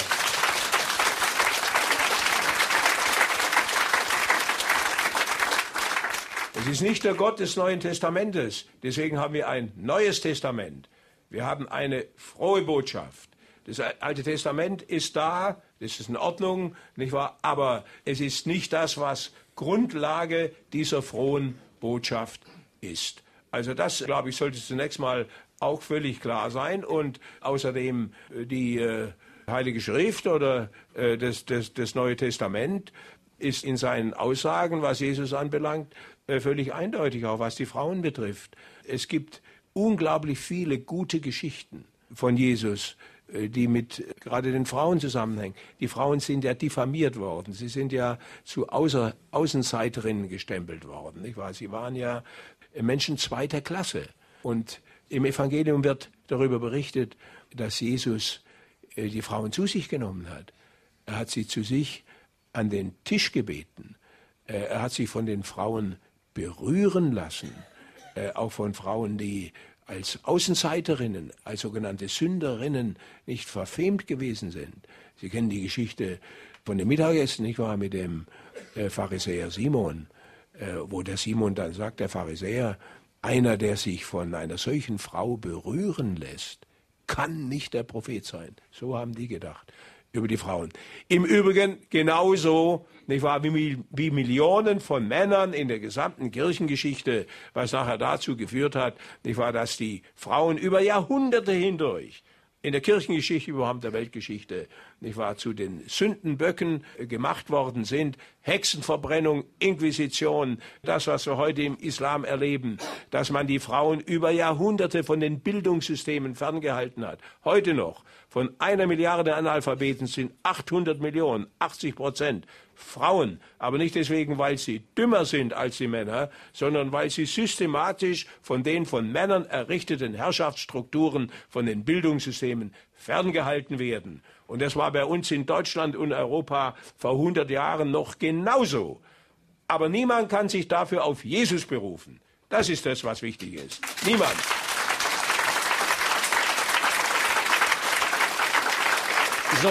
C: Es ist nicht der Gott des Neuen Testamentes. Deswegen haben wir ein neues Testament. Wir haben eine frohe Botschaft. Das Alte Testament ist da, das ist in Ordnung, nicht wahr? Aber es ist nicht das, was Grundlage dieser frohen Botschaft ist. Also das, glaube ich, sollte zunächst mal auch völlig klar sein. Und außerdem die äh, Heilige Schrift oder äh, das, das, das Neue Testament ist in seinen Aussagen, was Jesus anbelangt, äh, völlig eindeutig, auch was die Frauen betrifft. Es gibt unglaublich viele gute Geschichten von Jesus, die mit gerade den Frauen zusammenhängen. Die Frauen sind ja diffamiert worden. Sie sind ja zu Außer, Außenseiterinnen gestempelt worden. Nicht wahr? Sie waren ja Menschen zweiter Klasse. Und im Evangelium wird darüber berichtet, dass Jesus die Frauen zu sich genommen hat. Er hat sie zu sich an den Tisch gebeten. Er hat sich von den Frauen berühren lassen. Auch von Frauen, die als Außenseiterinnen, als sogenannte Sünderinnen nicht verfemt gewesen sind. Sie kennen die Geschichte von dem Mittagessen, nicht wahr, mit dem äh, Pharisäer Simon, äh, wo der Simon dann sagt, der Pharisäer, einer, der sich von einer solchen Frau berühren lässt, kann nicht der Prophet sein. So haben die gedacht über die Frauen. Im Übrigen genauso, nicht wahr, wie, wie Millionen von Männern in der gesamten Kirchengeschichte, was nachher dazu geführt hat, nicht wahr, dass die Frauen über Jahrhunderte hindurch in der Kirchengeschichte, überhaupt der Weltgeschichte, nicht wahr, zu den Sündenböcken gemacht worden sind. Hexenverbrennung, Inquisition, das, was wir heute im Islam erleben, dass man die Frauen über Jahrhunderte von den Bildungssystemen ferngehalten hat. Heute noch, von einer Milliarde Analphabeten sind achthundert Millionen, achtzig Prozent Frauen, aber nicht deswegen, weil sie dümmer sind als die Männer, sondern weil sie systematisch von den von Männern errichteten Herrschaftsstrukturen, von den Bildungssystemen ferngehalten werden. Und das war bei uns in Deutschland und Europa vor hundert Jahren noch genauso. Aber niemand kann sich dafür auf Jesus berufen. Das ist das, was wichtig ist. Niemand.
B: So,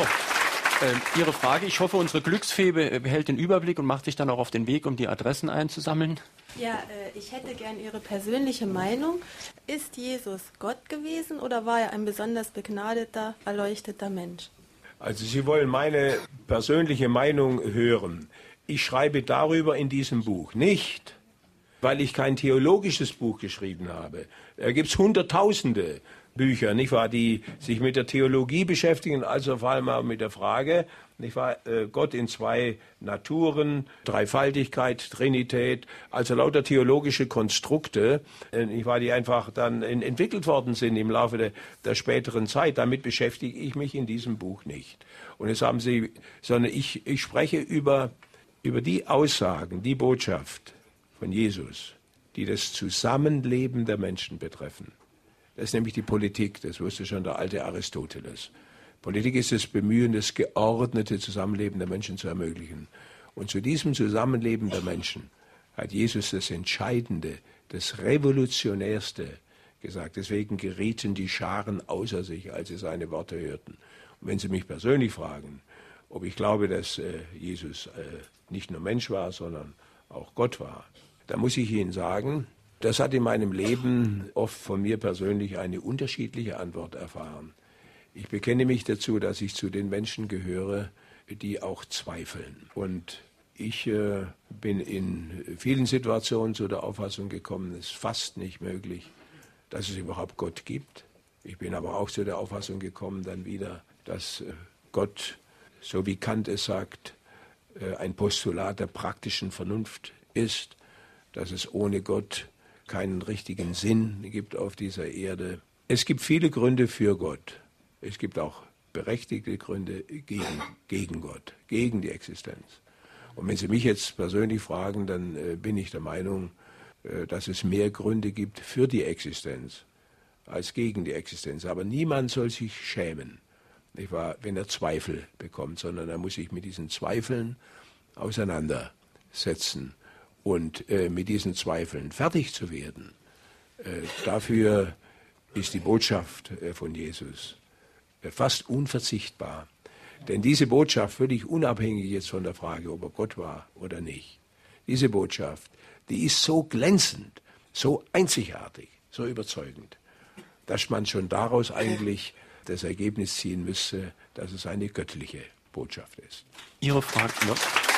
B: äh, Ihre Frage. Ich hoffe, unsere Glücksfee behält den Überblick und macht sich dann auch auf den Weg, um die Adressen einzusammeln.
I: Ja, äh, ich hätte gern Ihre persönliche Meinung. Ist Jesus Gott gewesen oder war er ein besonders begnadeter, erleuchteter Mensch?
C: Also Sie wollen meine persönliche Meinung hören. Ich schreibe darüber in diesem Buch nicht, weil ich kein theologisches Buch geschrieben habe. Da gibt es Hunderttausende Bücher, nicht wahr, die sich mit der Theologie beschäftigen, also vor allem auch mit der Frage, nicht wahr, Gott in zwei Naturen, Dreifaltigkeit, Trinität, also lauter theologische Konstrukte, nicht wahr, die einfach dann entwickelt worden sind im Laufe der, der späteren Zeit. Damit beschäftige ich mich in diesem Buch nicht. Und jetzt haben Sie, sondern ich, ich spreche über, über die Aussagen, die Botschaft von Jesus, die das Zusammenleben der Menschen betreffen. Das ist nämlich die Politik, das wusste schon der alte Aristoteles. Politik ist das Bemühen, das geordnete Zusammenleben der Menschen zu ermöglichen. Und zu diesem Zusammenleben der Menschen hat Jesus das Entscheidende, das Revolutionärste gesagt. Deswegen gerieten die Scharen außer sich, als sie seine Worte hörten. Und wenn Sie mich persönlich fragen, ob ich glaube, dass äh, Jesus äh, nicht nur Mensch war, sondern auch Gott war, dann muss ich Ihnen sagen, das hat in meinem Leben oft von mir persönlich eine unterschiedliche Antwort erfahren. Ich bekenne mich dazu, dass ich zu den Menschen gehöre, die auch zweifeln. Und ich äh, bin in vielen Situationen zu der Auffassung gekommen, es ist fast nicht möglich, dass es überhaupt Gott gibt. Ich bin aber auch zu der Auffassung gekommen dann wieder, dass äh, Gott, so wie Kant es sagt, äh, ein Postulat der praktischen Vernunft ist, dass es ohne Gott keinen richtigen Sinn gibt auf dieser Erde. Es gibt viele Gründe für Gott. Es gibt auch berechtigte Gründe gegen, gegen Gott, gegen die Existenz. Und wenn Sie mich jetzt persönlich fragen, dann äh, bin ich der Meinung, äh, dass es mehr Gründe gibt für die Existenz als gegen die Existenz. Aber niemand soll sich schämen, nicht wahr, wenn er Zweifel bekommt, sondern er muss sich mit diesen Zweifeln auseinandersetzen. Und äh, mit diesen Zweifeln fertig zu werden, äh, dafür ist die Botschaft äh, von Jesus äh, fast unverzichtbar. Denn diese Botschaft, völlig unabhängig jetzt von der Frage, ob er Gott war oder nicht, diese Botschaft, die ist so glänzend, so einzigartig, so überzeugend, dass man schon daraus eigentlich das Ergebnis ziehen müsste, dass es eine göttliche Botschaft ist.
B: Ihre Frage noch?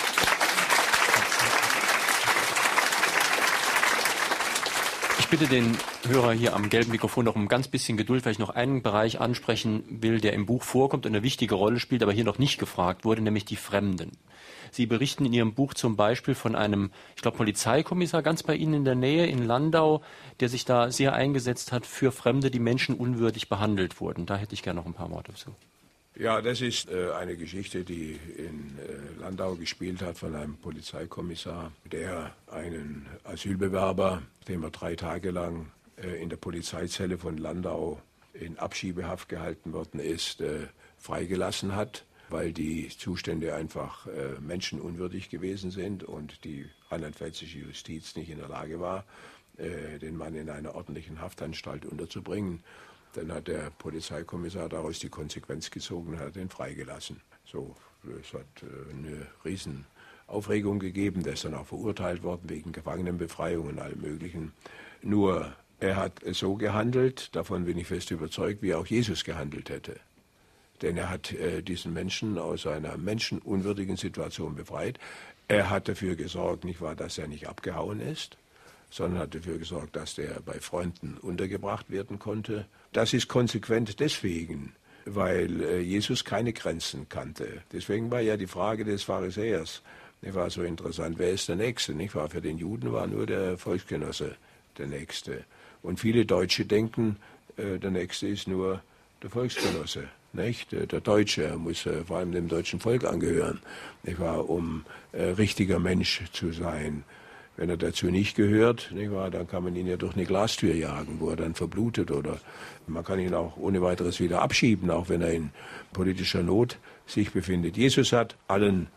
B: Ich bitte den Hörer hier am gelben Mikrofon noch um ein ganz bisschen Geduld, weil ich noch einen Bereich ansprechen will, der im Buch vorkommt und eine wichtige Rolle spielt, aber hier noch nicht gefragt wurde, nämlich die Fremden. Sie berichten in Ihrem Buch zum Beispiel von einem, ich glaube, Polizeikommissar ganz bei Ihnen in der Nähe in Landau, der sich da sehr eingesetzt hat für Fremde, die menschenunwürdig behandelt wurden. Da hätte ich gerne noch ein paar Worte dazu.
C: Ja, das ist äh, eine Geschichte, die in äh, Landau gespielt hat von einem Polizeikommissar, der einen Asylbewerber, den er drei Tage lang äh, in der Polizeizelle von Landau in Abschiebehaft gehalten worden ist, äh, freigelassen hat, weil die Zustände einfach äh, menschenunwürdig gewesen sind und die rheinland-pfälzische Justiz nicht in der Lage war, äh, den Mann in einer ordentlichen Haftanstalt unterzubringen. Dann hat der Polizeikommissar daraus die Konsequenz gezogen und hat ihn freigelassen. So, es hat eine riesen Aufregung gegeben. Der ist dann auch verurteilt worden wegen Gefangenenbefreiung und allem Möglichen. Nur, er hat so gehandelt, davon bin ich fest überzeugt, wie auch Jesus gehandelt hätte. Denn er hat äh, diesen Menschen aus einer menschenunwürdigen Situation befreit. Er hat dafür gesorgt, nicht wahr, dass er nicht abgehauen ist, sondern hat dafür gesorgt, dass der bei Freunden untergebracht werden konnte. Das ist konsequent deswegen, weil äh, Jesus keine Grenzen kannte. Deswegen war ja die Frage des Pharisäers, nicht wahr, so interessant, wer ist der Nächste? Nicht wahr? Für den Juden war nur der Volksgenosse der Nächste. Und viele Deutsche denken, äh, der Nächste ist nur der Volksgenosse. Nicht? Der Deutsche muss äh, vor allem dem deutschen Volk angehören, nicht wahr, um äh, richtiger Mensch zu sein. Wenn er dazu nicht gehört, nicht wahr, dann kann man ihn ja durch eine Glastür jagen, wo er dann verblutet, oder man kann ihn auch ohne weiteres wieder abschieben, auch wenn er in politischer Not sich befindet. Jesus hat allen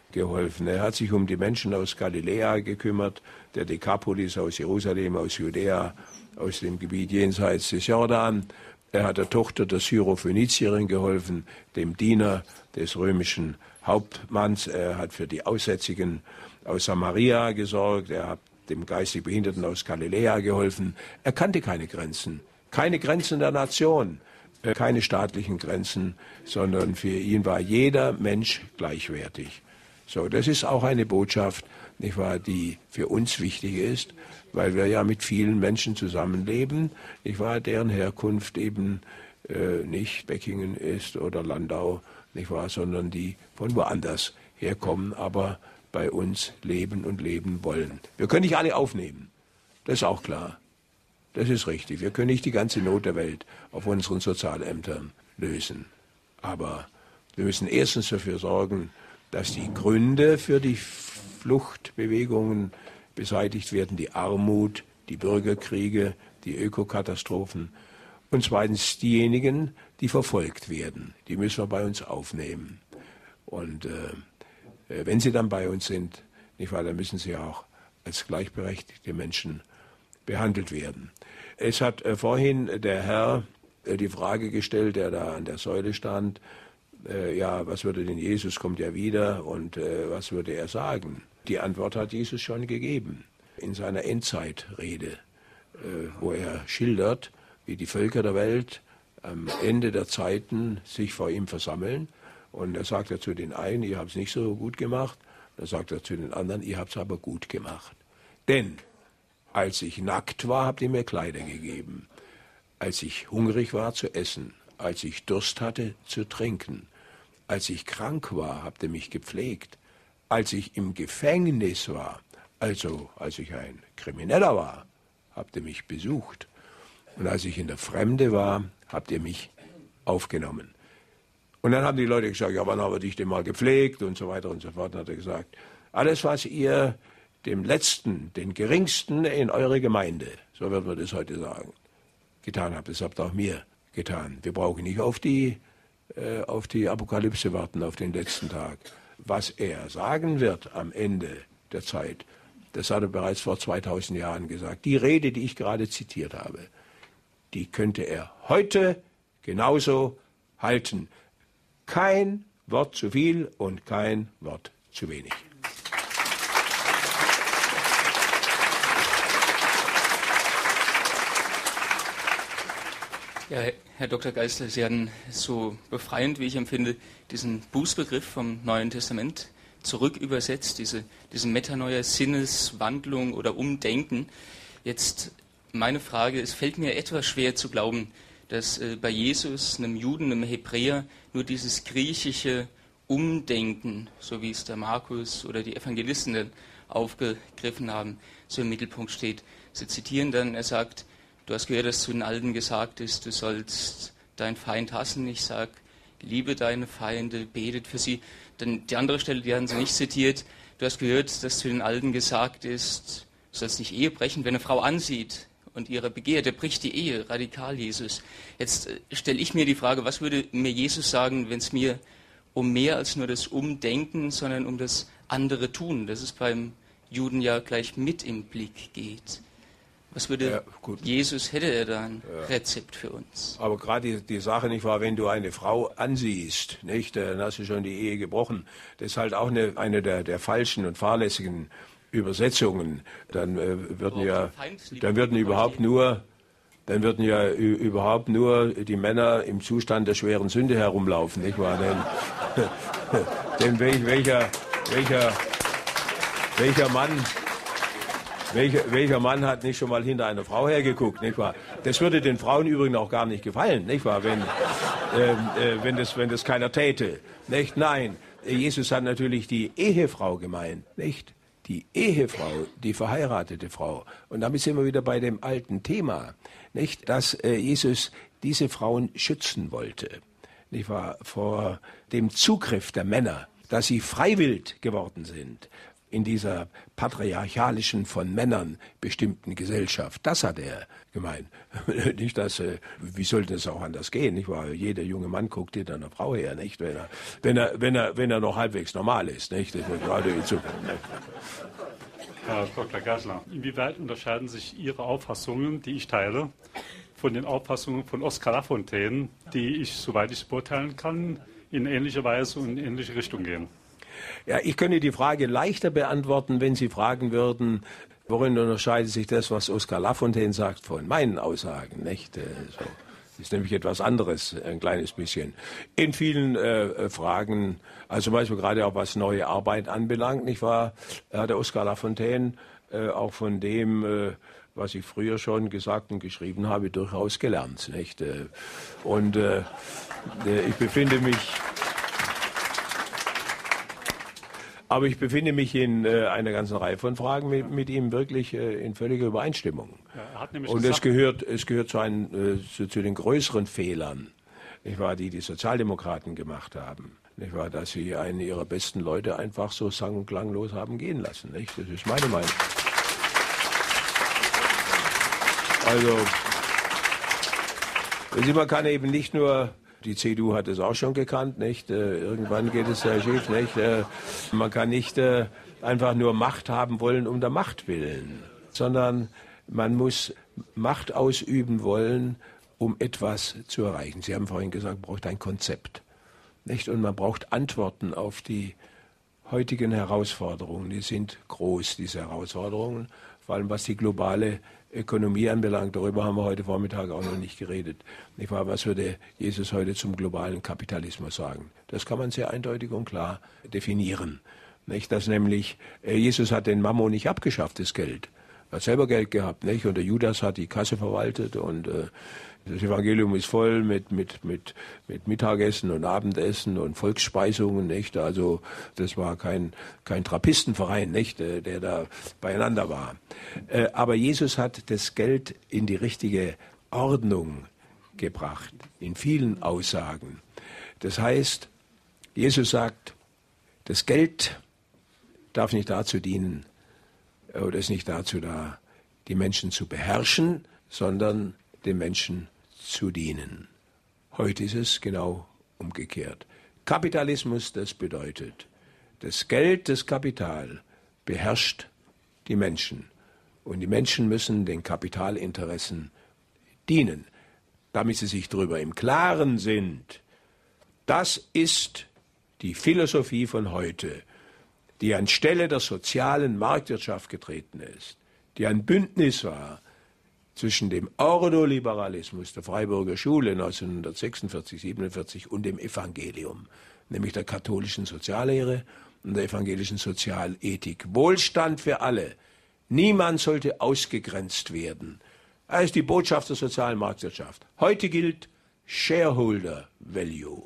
C: geholfen. Er hat sich um die Menschen aus Galiläa gekümmert, der Dekapolis, aus Jerusalem, aus Judäa, aus dem Gebiet jenseits des Jordan. Er hat der Tochter der Syrophönizierin geholfen, dem Diener des römischen Hauptmanns. Er hat für die Aussätzigen aus Samaria gesorgt. Er hat dem geistig Behinderten aus Galiläa geholfen. Er kannte keine Grenzen, keine Grenzen der Nation, keine staatlichen Grenzen, sondern für ihn war jeder Mensch gleichwertig. So, das ist auch eine Botschaft, nicht wahr, die für uns wichtig ist, weil wir ja mit vielen Menschen zusammenleben, nicht wahr, deren Herkunft eben äh, nicht Beckingen ist oder Landau, nicht wahr, sondern die von woanders herkommen, aber bei uns leben und leben wollen. Wir können nicht alle aufnehmen, das ist auch klar. Das ist richtig. Wir können nicht die ganze Not der Welt auf unseren Sozialämtern lösen. Aber wir müssen erstens dafür sorgen, dass die Gründe für die Fluchtbewegungen beseitigt werden, die Armut, die Bürgerkriege, die Ökokatastrophen. Und zweitens diejenigen, die verfolgt werden. Die müssen wir bei uns aufnehmen. Und äh, wenn sie dann bei uns sind, nicht wahr, dann müssen sie auch als gleichberechtigte Menschen behandelt werden. Es hat äh, vorhin der Herr äh, die Frage gestellt, der da an der Säule stand, äh, ja, was würde denn Jesus, kommt ja wieder, und äh, was würde er sagen? Die Antwort hat Jesus schon gegeben in seiner Endzeitrede, äh, wo er schildert, wie die Völker der Welt am Ende der Zeiten sich vor ihm versammeln. Und er sagt er zu den einen, ihr habt es nicht so gut gemacht. Dann sagt er zu den anderen, ihr habt es aber gut gemacht. Denn als ich nackt war, habt ihr mir Kleider gegeben. Als ich hungrig war, zu essen. Als ich Durst hatte, zu trinken. Als ich krank war, habt ihr mich gepflegt. Als ich im Gefängnis war, also als ich ein Krimineller war, habt ihr mich besucht. Und als ich in der Fremde war, habt ihr mich aufgenommen. Und dann haben die Leute gesagt, ja, wann haben wir dich denn mal gepflegt und so weiter und so fort. Und hat er gesagt, alles, was ihr dem Letzten, den Geringsten in eurer Gemeinde, so wird man das heute sagen, getan habt, das habt ihr auch mir getan. Wir brauchen nicht auf die, äh, auf die Apokalypse warten, auf den letzten Tag. Was er sagen wird am Ende der Zeit, das hat er bereits vor zweitausend Jahren gesagt. Die Rede, die ich gerade zitiert habe, die könnte er heute genauso halten. Kein Wort zu viel und kein Wort zu wenig.
J: Ja, Herr Doktor Geisler, Sie hatten so befreiend, wie ich empfinde, diesen Bußbegriff vom Neuen Testament zurück übersetzt, diese, diese Metanoia, Sinneswandlung oder Umdenken. Jetzt meine Frage, es fällt mir etwas schwer zu glauben, dass äh, bei Jesus, einem Juden, einem Hebräer, nur dieses griechische Umdenken, so wie es der Markus oder die Evangelisten dann aufgegriffen haben, so im Mittelpunkt steht. Sie zitieren dann, er sagt, du hast gehört, dass zu den Alten gesagt ist, du sollst deinen Feind hassen. Ich sage, liebe deine Feinde, betet für sie. Dann die andere Stelle, die haben sie nicht zitiert. Du hast gehört, dass zu den Alten gesagt ist, du sollst nicht Ehe brechen. Wenn eine Frau ansieht und ihre Begierde, bricht die Ehe, radikal Jesus. Jetzt äh, stelle ich mir die Frage, was würde mir Jesus sagen, wenn es mir um mehr als nur das Umdenken, sondern um das andere Tun, das es beim Juden ja gleich mit im Blick geht. Was würde ja, Jesus, hätte er da ein ja. Rezept für uns?
C: Aber gerade die, die Sache, nicht wahr, wenn du eine Frau ansiehst, nicht, dann hast du schon die Ehe gebrochen. Das ist halt auch eine, eine der, der falschen und fahrlässigen Übersetzungen. Dann äh, würden ja, dann würden überhaupt nur, dann würden ja überhaupt nur die Männer im Zustand der schweren Sünde herumlaufen, nicht wahr? Denn, denn welcher, welcher, welcher Mann Welcher, welcher Mann hat nicht schon mal hinter einer Frau hergeguckt, nicht wahr? Das würde den Frauen übrigens auch gar nicht gefallen, nicht wahr? Wenn, äh, äh, wenn, das, wenn das keiner täte, nicht? Nein, Jesus hat natürlich die Ehefrau gemeint, nicht? Die Ehefrau, die verheiratete Frau. Und damit sind wir wieder bei dem alten Thema, nicht? Dass äh, Jesus diese Frauen schützen wollte, nicht wahr? Vor dem Zugriff der Männer, dass sie freiwillig geworden sind. in dieser patriarchalischen, von Männern bestimmten Gesellschaft. Das hat er gemeint. Nicht, dass, äh, wie sollte es auch anders gehen, nicht wahr? Jeder junge Mann guckt hinter einer Frau her, nicht? Wenn er, wenn er, wenn er, wenn er noch halbwegs normal ist, nicht? Das wird gerade in Zukunft.
K: Herr Doktor Geisler, inwieweit unterscheiden sich Ihre Auffassungen, die ich teile, von den Auffassungen von Oskar Lafontaine, die ich, soweit ich beurteilen kann, in ähnlicher Weise und in ähnliche Richtung gehen?
C: Ja, ich könnte die Frage leichter beantworten, wenn Sie fragen würden, worin unterscheidet sich das, was Oskar Lafontaine sagt, von meinen Aussagen, nicht? So. Das ist nämlich etwas anderes, ein kleines bisschen. In vielen äh, Fragen, also zum Beispiel gerade auch was neue Arbeit anbelangt, nicht wahr, hat der Oskar Lafontaine äh, auch von dem, äh, was ich früher schon gesagt und geschrieben habe, durchaus gelernt, nicht? Und äh, ich befinde mich... Aber ich befinde mich in äh, einer ganzen Reihe von Fragen mit, mit ihm wirklich äh, in völliger Übereinstimmung. Ja, er hat nämlich Und es gehört, es gehört zu, einen, äh, zu, zu den größeren Fehlern, nicht wahr, die die Sozialdemokraten gemacht haben. Nicht wahr, dass sie einen ihrer besten Leute einfach so sang- und klanglos haben gehen lassen. Nicht? Das ist meine Meinung. Also, man kann eben nicht nur... Die C D U hat es auch schon gekannt, nicht? Äh, irgendwann geht es ja schief, nicht? Äh, man kann nicht äh, einfach nur Macht haben wollen um der Macht willen, sondern man muss Macht ausüben wollen, um etwas zu erreichen. Sie haben vorhin gesagt, man braucht ein Konzept, nicht? Und man braucht Antworten auf die heutigen Herausforderungen. Die sind groß, diese Herausforderungen, vor allem was die globale Ökonomie anbelangt. Darüber haben wir heute Vormittag auch noch nicht geredet. Nicht wahr? Was würde Jesus heute zum globalen Kapitalismus sagen? Das kann man sehr eindeutig und klar definieren. Nicht? Dass nämlich, Jesus hat den Mammon nicht abgeschafft, das Geld. Er hat selber Geld gehabt, nicht? Und der Judas hat die Kasse verwaltet und äh, das Evangelium ist voll mit, mit, mit, mit Mittagessen und Abendessen und Volksspeisungen, nicht? Also das war kein, kein Trappistenverein, nicht? Der da beieinander war. Aber Jesus hat das Geld in die richtige Ordnung gebracht, in vielen Aussagen. Das heißt, Jesus sagt, das Geld darf nicht dazu dienen, oder ist nicht dazu da, die Menschen zu beherrschen, sondern den Menschen zu dienen. Heute ist es genau umgekehrt. Kapitalismus, das bedeutet, das Geld, das Kapital beherrscht die Menschen. Und die Menschen müssen den Kapitalinteressen dienen, damit sie sich darüber im Klaren sind. Das ist die Philosophie von heute, die anstelle der sozialen Marktwirtschaft getreten ist, die ein Bündnis war zwischen dem Ordoliberalismus der Freiburger Schule neunzehnhundertsechsundvierzig, siebenundvierzig und dem Evangelium, nämlich der katholischen Soziallehre und der evangelischen Sozialethik. Wohlstand für alle. Niemand sollte ausgegrenzt werden. Das ist die Botschaft der sozialen Marktwirtschaft. Heute gilt Shareholder Value.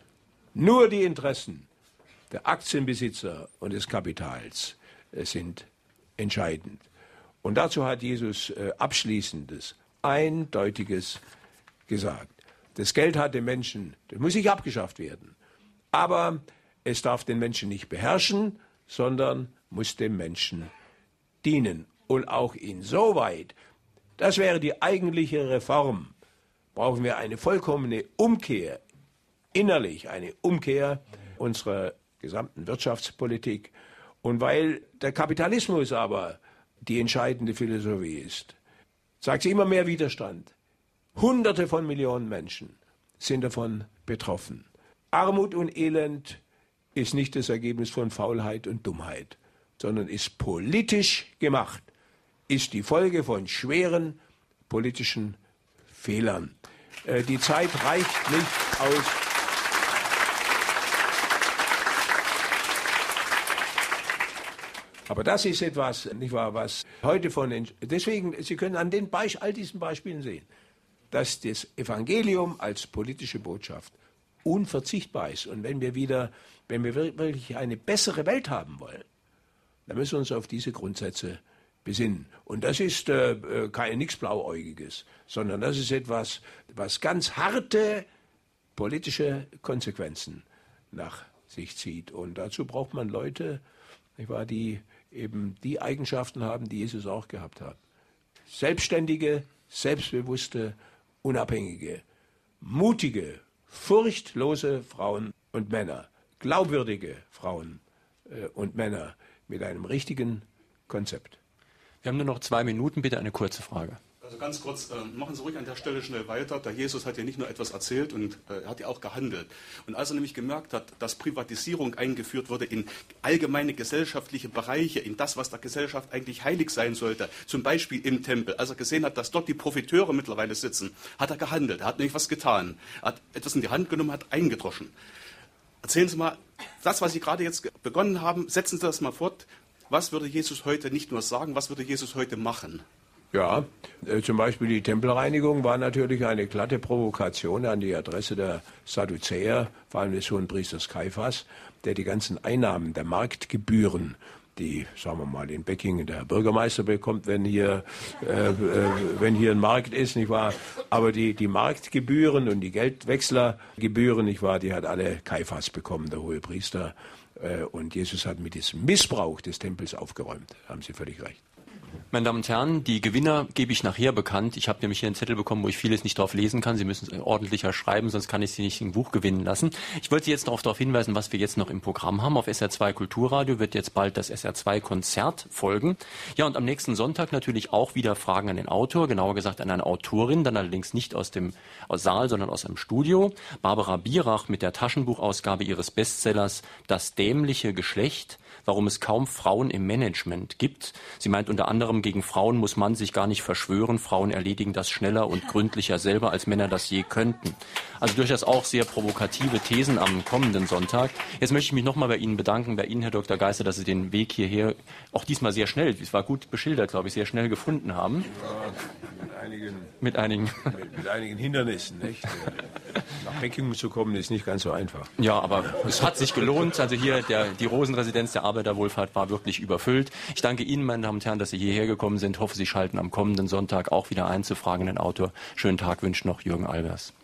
C: Nur die Interessen der Aktienbesitzer und des Kapitals sind entscheidend. Und dazu hat Jesus äh, Abschließendes, Eindeutiges gesagt. Das Geld hat den Menschen, das muss nicht abgeschafft werden. Aber es darf den Menschen nicht beherrschen, sondern muss dem Menschen dienen. Und auch insoweit, das wäre die eigentliche Reform, brauchen wir eine vollkommene Umkehr, innerlich eine Umkehr unserer gesamten Wirtschaftspolitik. Und weil der Kapitalismus aber die entscheidende Philosophie ist, sagt sie immer mehr Widerstand. Hunderte von Millionen Menschen sind davon betroffen. Armut und Elend ist nicht das Ergebnis von Faulheit und Dummheit, sondern ist politisch gemacht, ist die Folge von schweren politischen Fehlern. Äh, die Zeit reicht nicht aus. Aber das ist etwas, nicht wahr, was heute von den, deswegen, Sie können an den Beisp- all diesen Beispielen sehen, dass das Evangelium als politische Botschaft unverzichtbar ist. Und wenn wir wieder, wenn wir wirklich eine bessere Welt haben wollen, dann müssen wir uns auf diese Grundsätze besinnen. Und das ist äh, kein nichts Blauäugiges, sondern das ist etwas, was ganz harte politische Konsequenzen nach sich zieht. Und dazu braucht man Leute, die eben die Eigenschaften haben, die Jesus auch gehabt hat. Selbstständige, selbstbewusste, unabhängige, mutige, furchtlose Frauen und Männer, glaubwürdige Frauen äh, und Männer mit einem richtigen Konzept.
B: Wir haben nur noch zwei Minuten, bitte eine kurze Frage.
L: Also ganz kurz, äh, machen Sie ruhig an der Stelle schnell weiter. Der Jesus hat ja nicht nur etwas erzählt, und äh, er hat ja auch gehandelt. Und als er nämlich gemerkt hat, dass Privatisierung eingeführt wurde in allgemeine gesellschaftliche Bereiche, in das, was der Gesellschaft eigentlich heilig sein sollte, zum Beispiel im Tempel, als er gesehen hat, dass dort die Profiteure mittlerweile sitzen, hat er gehandelt. Er hat nämlich was getan. Er hat etwas in die Hand genommen, hat eingedroschen. Erzählen Sie mal, das, was Sie gerade jetzt begonnen haben, setzen Sie das mal fort. Was würde Jesus heute nicht nur sagen, was würde Jesus heute machen?
C: Ja, äh, zum Beispiel die Tempelreinigung war natürlich eine glatte Provokation an die Adresse der Sadduzäer, vor allem des Hohenpriesters Kaiphas, der die ganzen Einnahmen der Marktgebühren, die, sagen wir mal, in Becking der Bürgermeister bekommt, wenn hier, äh, äh, wenn hier ein Markt ist, nicht wahr? Aber die, die Marktgebühren und die Geldwechslergebühren, nicht wahr, die hat alle Kaiphas bekommen, der Hohepriester. Äh, und Jesus hat mit diesem Missbrauch des Tempels aufgeräumt. Da haben Sie völlig recht.
B: Meine Damen und Herren, die Gewinner gebe ich nachher bekannt. Ich habe nämlich hier einen Zettel bekommen, wo ich vieles nicht drauf lesen kann. Sie müssen es ordentlicher schreiben, sonst kann ich Sie nicht im Buch gewinnen lassen. Ich wollte Sie jetzt noch darauf hinweisen, was wir jetzt noch im Programm haben. Auf S R zwei Kulturradio wird jetzt bald das S R zwei Konzert folgen. Ja, und am nächsten Sonntag natürlich auch wieder Fragen an den Autor, genauer gesagt an eine Autorin, dann allerdings nicht aus dem aus Saal, sondern aus einem Studio. Barbara Bierach mit der Taschenbuchausgabe ihres Bestsellers Das dämliche Geschlecht, warum es kaum Frauen im Management gibt. Sie meint unter anderem, gegen Frauen muss man sich gar nicht verschwören. Frauen erledigen das schneller und gründlicher selber, als Männer das je könnten. Also durchaus auch sehr provokative Thesen am kommenden Sonntag. Jetzt möchte ich mich nochmal bei Ihnen bedanken, bei Ihnen, Herr Doktor Geisler, dass Sie den Weg hierher auch diesmal sehr schnell, es war gut beschildert, glaube ich, sehr schnell gefunden haben.
C: Ja, mit einigen,
B: mit einigen,
C: mit, mit einigen Hindernissen, nicht? Nach Becking zu kommen, ist nicht ganz so einfach.
B: Ja, aber es hat sich gelohnt. Also hier, der, die Rosenresidenz der Arbeiterwohlfahrt war wirklich überfüllt. Ich danke Ihnen, meine Damen und Herren, dass Sie hierher gekommen sind. Ich hoffe, Sie schalten am kommenden Sonntag auch wieder ein zu Fragen an den Autor. Schönen Tag wünscht noch Jürgen Albers.